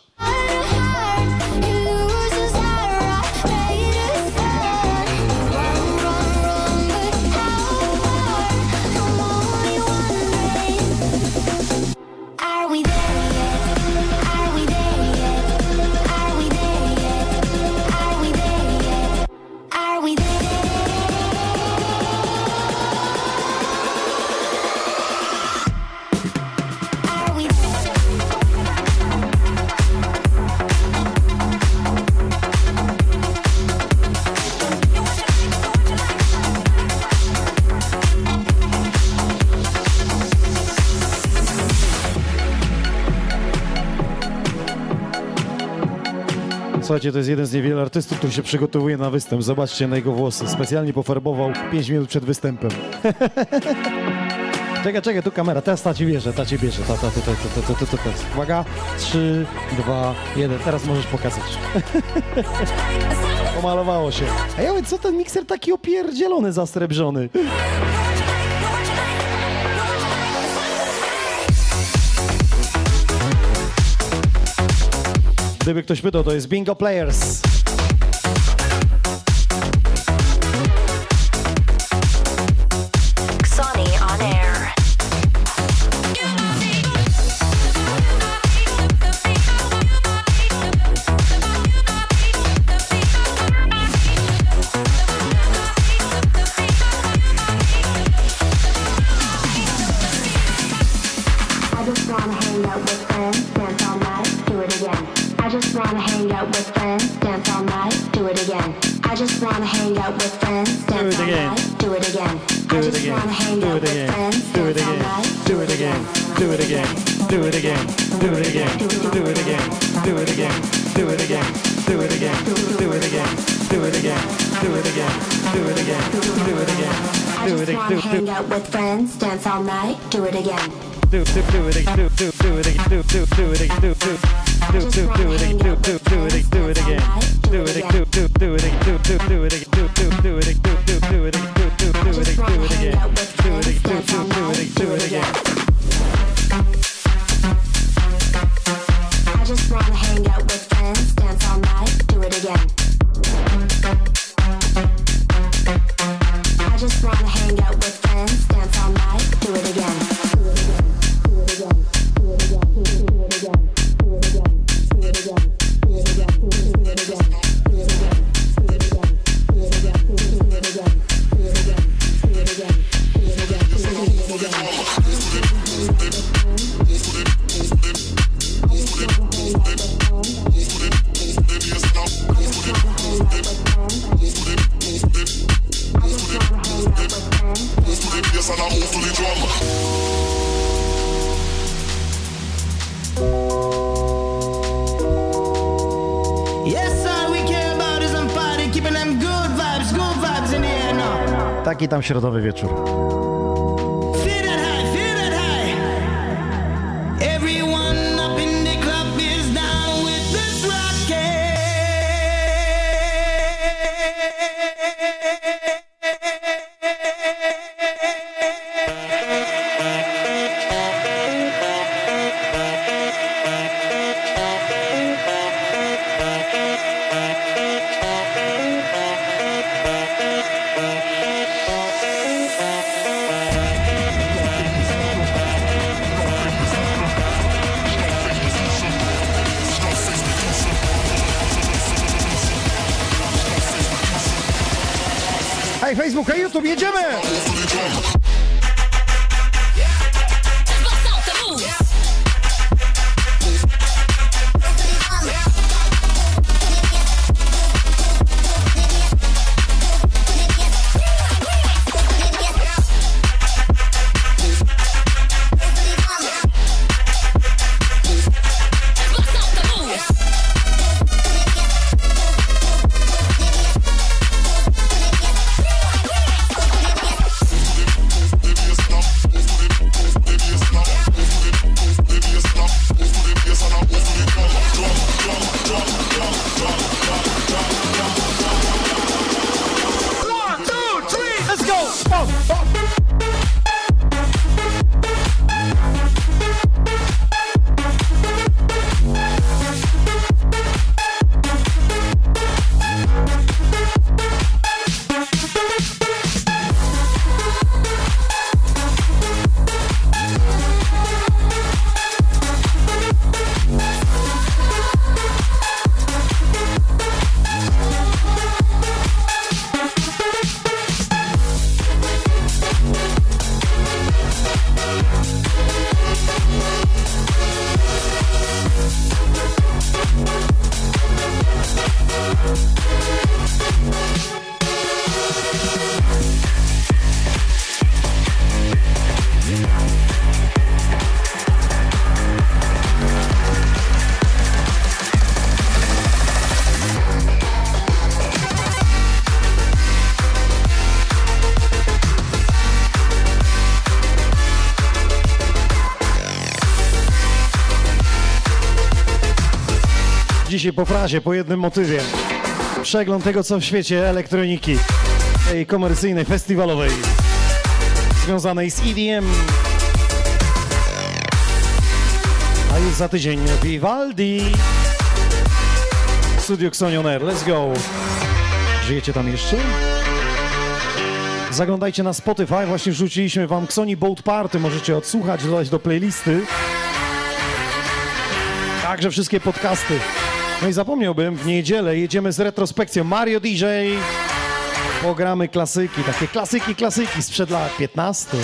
Słuchajcie, to jest jeden z niewielu artystów, który się przygotowuje na występ. Zobaczcie na jego włosy. Specjalnie pofarbował 5 minut przed występem. Czekaj, tu kamera. Teraz ta ci bierze. Uwaga. 3, 2, 1. Teraz możesz pokazać. Pomalowało się. A ja mówię, co ten mikser taki opierdzielony, zasrebrzony? Gdyby ktoś pytał, to jest Bingo Players. Xoni on air. I just wanna hang out with friends, dance all night, do it again. I just wanna hang out with friends, dance all night, do it again. I just wanna hang out with friends, dance all night, do it again. I just wanna hang out with friends, dance all night, do it again. Do it again, do it again, do it again, do it again, do it again, do it again, do it again, do it again, do it again, do it again, do it again, do it again, I just wanna hang out with friends, dance all night, do it again. do it again, do it again, do it again, do it again, do it again, do it again, do it again, do it again, do it again, do it again, do it again, do it again, do it again. I just wanna hang out with friends, dance all night, do it again. I just wanna hang out with friends, dance all night, do it again. Taki tam środowy wieczór. Hej, Facebook, hej, YouTube, jedziemy! Dzisiaj po frazie, po jednym motywie. Przegląd tego, co w świecie elektroniki, tej komercyjnej, festiwalowej, związanej z EDM. A już za tydzień Vivaldi. Studio Xoni On Air, let's go. Żyjecie tam jeszcze? Zaglądajcie na Spotify, właśnie wrzuciliśmy wam Xoni Boat Party, możecie odsłuchać, dodać do playlisty. Także wszystkie podcasty. No i zapomniałbym, w niedzielę jedziemy z retrospekcją Mario DJ. Pogramy klasyki, takie klasyki sprzed lat 15.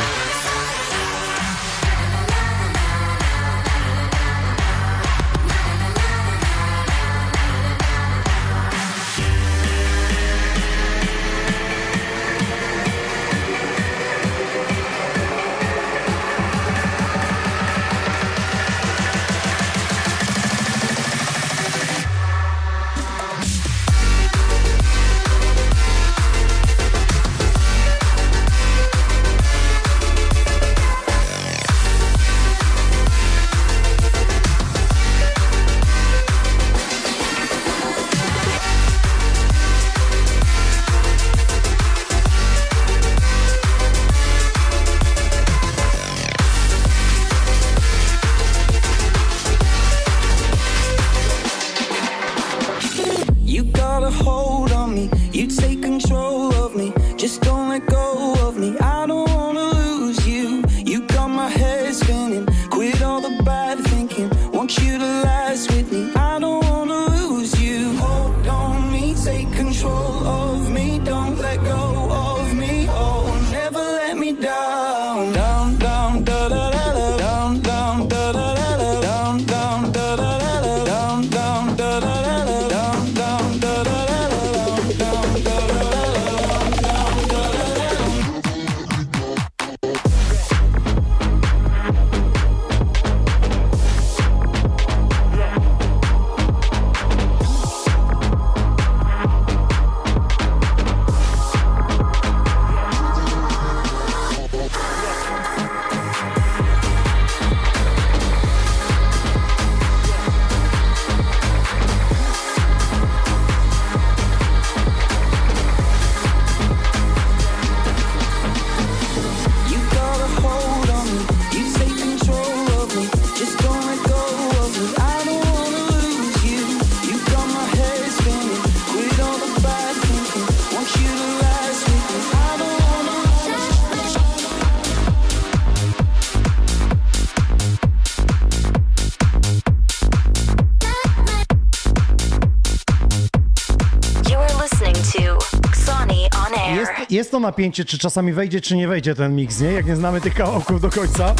Jest to napięcie, czy czasami wejdzie, czy nie wejdzie ten miks, nie? Jak nie znamy tych kawałków do końca.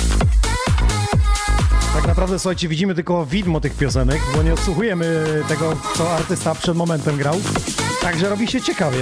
Tak naprawdę, słuchajcie, widzimy tylko widmo tych piosenek, bo nie odsłuchujemy tego, co artysta przed momentem grał. Także robi się ciekawie.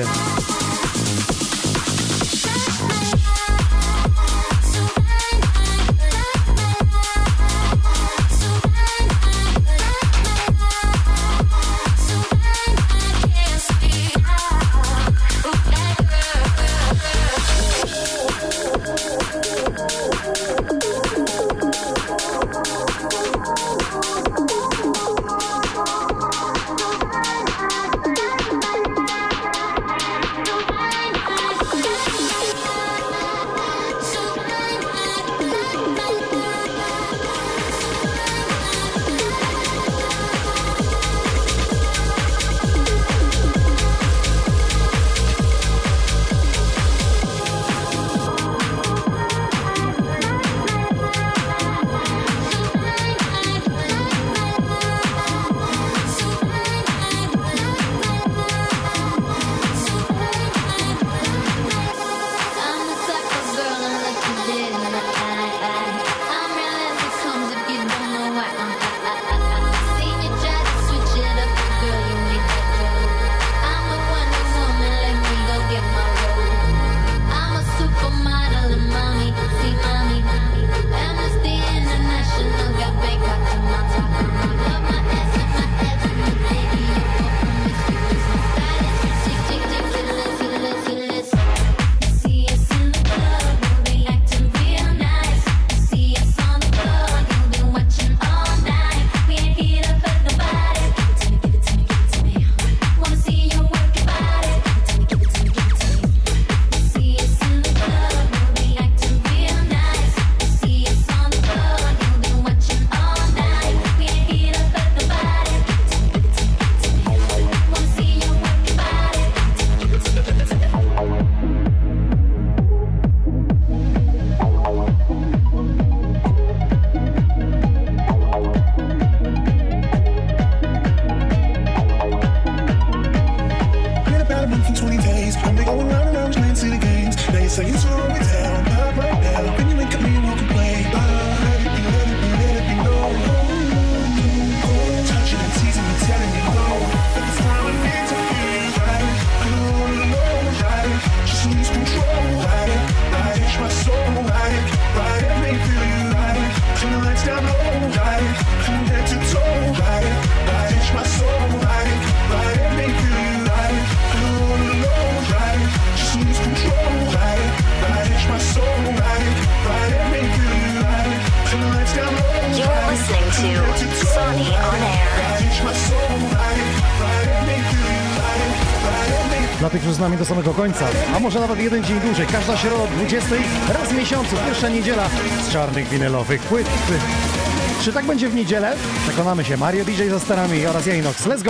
Dla tych, którzy z nami do samego końca, a może nawet jeden dzień dłużej. Każda środa o 20 raz w miesiącu, pierwsza niedziela z czarnych winylowych płyt. Czy tak będzie w niedzielę? Przekonamy się. Mario DJ za sterami oraz Inox. Let's go!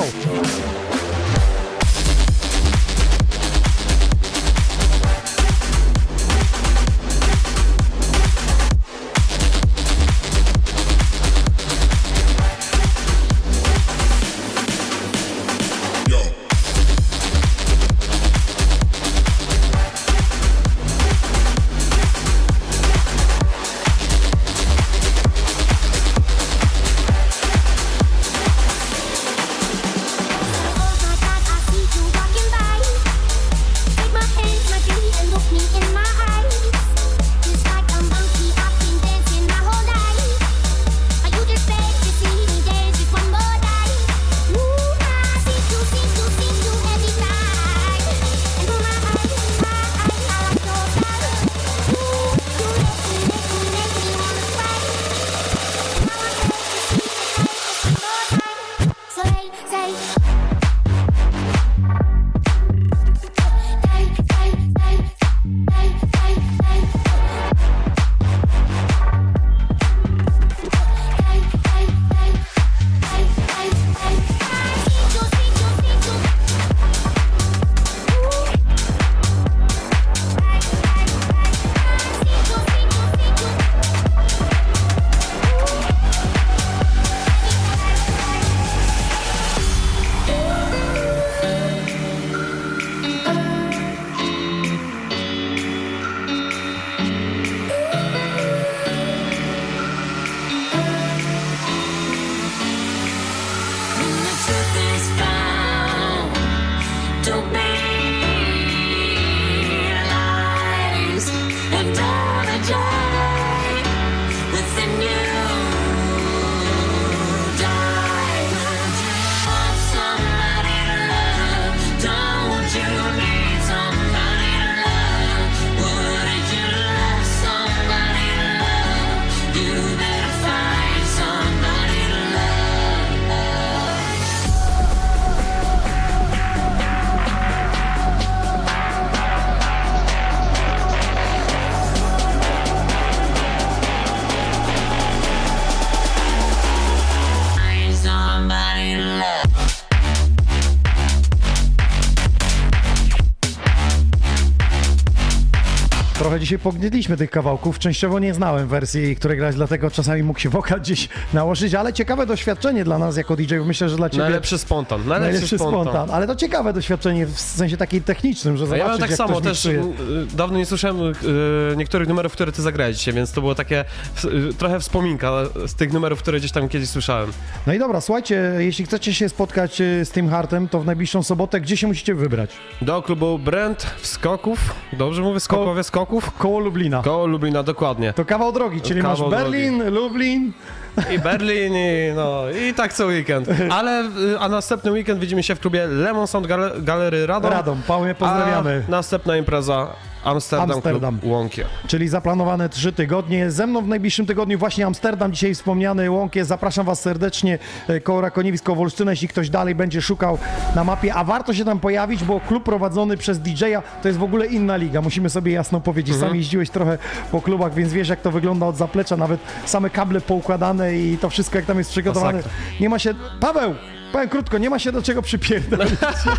Trochę dzisiaj pognietliśmy tych kawałków. Częściowo nie znałem wersji, której grać, dlatego czasami mógł się wokal gdzieś nałożyć, ale ciekawe doświadczenie dla nas jako DJ. Myślę, że dla ciebie... Najlepszy spontan. Ale to ciekawe doświadczenie w sensie takim technicznym, że zobaczyć, ja mam tak jak samo, ktoś też dawno nie słyszałem niektórych numerów, które ty zagrałeś dzisiaj, więc to było takie trochę wspominka z tych numerów, które gdzieś tam kiedyś słyszałem. No i dobra, słuchajcie, jeśli chcecie się spotkać z Tim Hartem, to w najbliższą sobotę gdzie się musicie wybrać? Do klubu Brand w Skoków. Dobrze mówię? Skokowie Skoków? Koło Lublina. Koło Lublina, dokładnie. To kawał drogi, czyli masz Berlin, Lublin... I Berlin, i tak co weekend. A następny weekend widzimy się w klubie Lemon Sound Gallery Radom. Radom, Pałę pozdrawiamy. A następna impreza Amsterdam. Klub Łąkie. Czyli zaplanowane 3 tygodnie. Ze mną w najbliższym tygodniu właśnie Amsterdam, dzisiaj wspomniany Łąkie. Zapraszam was serdecznie koło Rakoniewic, koło Wolsztyna, jeśli ktoś dalej będzie szukał na mapie, a warto się tam pojawić, bo klub prowadzony przez DJ-a to jest w ogóle inna liga, musimy sobie jasno powiedzieć. Sam jeździłeś trochę po klubach, więc wiesz, jak to wygląda od zaplecza, nawet same kable poukładane i to wszystko, jak tam jest przygotowane. Masakra. Nie ma się... Paweł! Powiem krótko, nie ma się do czego przypierdolić.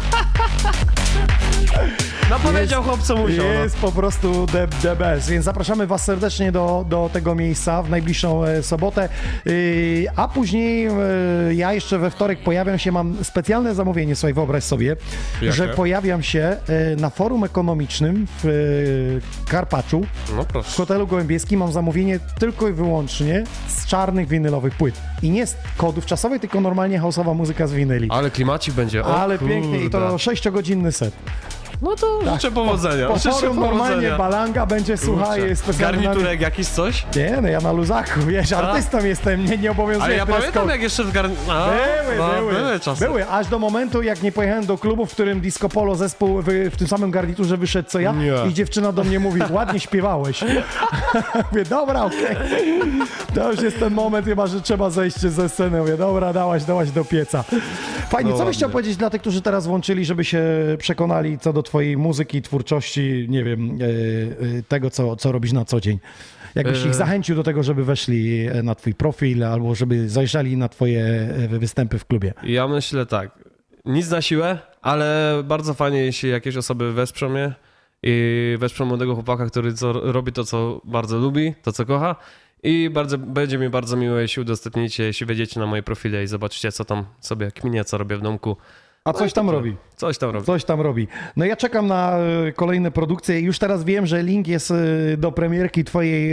No powiedział chłop, co musiał. Jest po prostu the best, więc zapraszamy was serdecznie do tego miejsca w najbliższą sobotę, a później ja jeszcze we wtorek pojawiam się, mam specjalne zamówienie, słuchaj, wyobraź sobie, że pojawiam się na forum ekonomicznym w Karpaczu, w hotelu Gołębieski, mam zamówienie tylko i wyłącznie z czarnych winylowych płyt i nie z kodów czasowych, tylko normalnie house'owa muzyka z winyli. Ale klimacik będzie, ale pięknie i to 6-godzinny set. No to życzę powodzenia. Po forum normalnie balanga będzie, słuchaj, specjalnie... Garniturek jakiś, coś? Nie, no ja na luzaku, wiesz, artystą jestem, nie obowiązuje. Ale ja pamiętam, jak jeszcze w były czasy. Były, aż do momentu, jak nie pojechałem do klubu, w którym Disco Polo zespół w tym samym garniturze wyszedł co ja i dziewczyna do mnie mówi, ładnie śpiewałeś. Mówię, dobra, okej. To już jest ten moment chyba, że trzeba zejść ze sceny. Mówię, dobra, dałaś do pieca. Fajnie, No co byś chciał ładnie. powiedzieć dla tych, którzy teraz włączyli, żeby się przekonali co do twojej muzyki, twórczości, nie wiem, tego, co robisz na co dzień? Jakbyś ich zachęcił do tego, żeby weszli na twój profil albo żeby zajrzeli na twoje występy w klubie? Ja myślę tak, nic na siłę, ale bardzo fajnie, jeśli jakieś osoby wesprzą mnie i wesprzą młodego chłopaka, który robi to, co bardzo lubi, to, co kocha. I będzie mi bardzo miło, jeśli udostępnicie, jeśli wejdziecie na moje profile i zobaczycie, co tam sobie kminie, co robię w domku. A coś tam robi. Coś tam robi. Coś tam robi. No ja czekam na kolejne produkcje. Już teraz wiem, że link jest do premierki twojej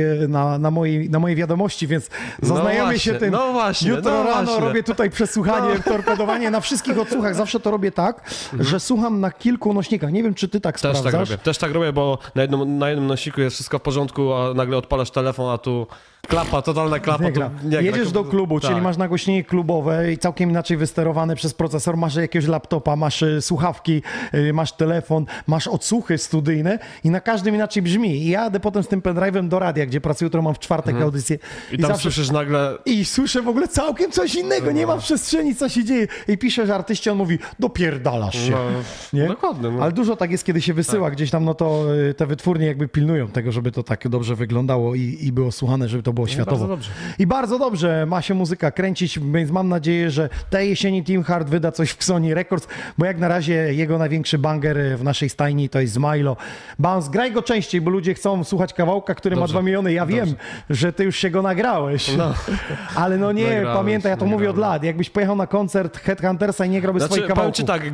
na mojej wiadomości, więc zaznajemy się tym. No właśnie, Jutro rano robię tutaj przesłuchanie, torpedowanie na wszystkich odsłuchach. Zawsze to robię tak, że słucham na kilku nośnikach. Nie wiem, czy ty tak sprawdzasz. Też tak robię, bo na jednym nośniku jest wszystko w porządku, a nagle odpalasz telefon, a tu klapa, totalna klapa. Jedziesz do klubu, czyli masz nagłośnienie klubowe i całkiem inaczej wysterowane przez procesor. Masz jakiegoś laptopa, masz słuchawki, masz telefon, masz odsłuchy studyjne i na każdym inaczej brzmi. I jadę potem z tym pendrive'em do radia, gdzie pracuję, jutro mam w czwartek audycję. I tam słyszysz nagle... I słyszę w ogóle całkiem coś innego, nie ma przestrzeni, co się dzieje. I piszesz artyście, on mówi, dopierdalasz się. Nie? Dokładnie. Ale dużo tak jest, kiedy się wysyła gdzieś tam, no to te wytwórnie jakby pilnują tego, żeby to tak dobrze wyglądało i było słuchane, żeby to było światowo. Bardzo dobrze. I bardzo dobrze ma się muzyka kręcić, więc mam nadzieję, że tej jesieni Team Hard wyda coś w Sony Records, bo jak na razie jego największy banger w naszej stajni to jest Milo. Bounce, graj go częściej, bo ludzie chcą słuchać kawałka, który ma 2 miliony. Ja wiem, że ty już się go nagrałeś. No. Ale no nie, pamiętaj, ja to mówię od lat. Jakbyś pojechał na koncert Headhuntersa i nie grałby swoich kawałków. Powiem ci tak,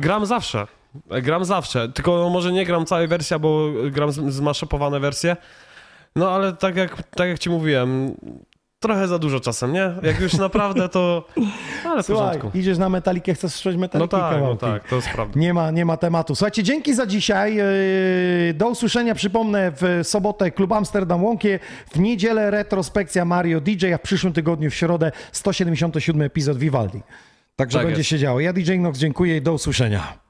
gram zawsze. Tylko może nie gram całej wersji, bo gram zmaszopowane wersje. No ale tak jak ci mówiłem, trochę za dużo czasem, nie? Jak już naprawdę to... Ale w porządku. Idziesz na Metalikę, chcesz słyszeć Metaliki kawałki. No tak, to jest prawda. Nie ma tematu. Słuchajcie, dzięki za dzisiaj. Do usłyszenia, przypomnę, w sobotę Klub Amsterdam Łąkie, w niedzielę retrospekcja Mario DJ, a w przyszłym tygodniu w środę 177 epizod Vivaldi. Także będzie się działo. Ja DJ Nox dziękuję i do usłyszenia.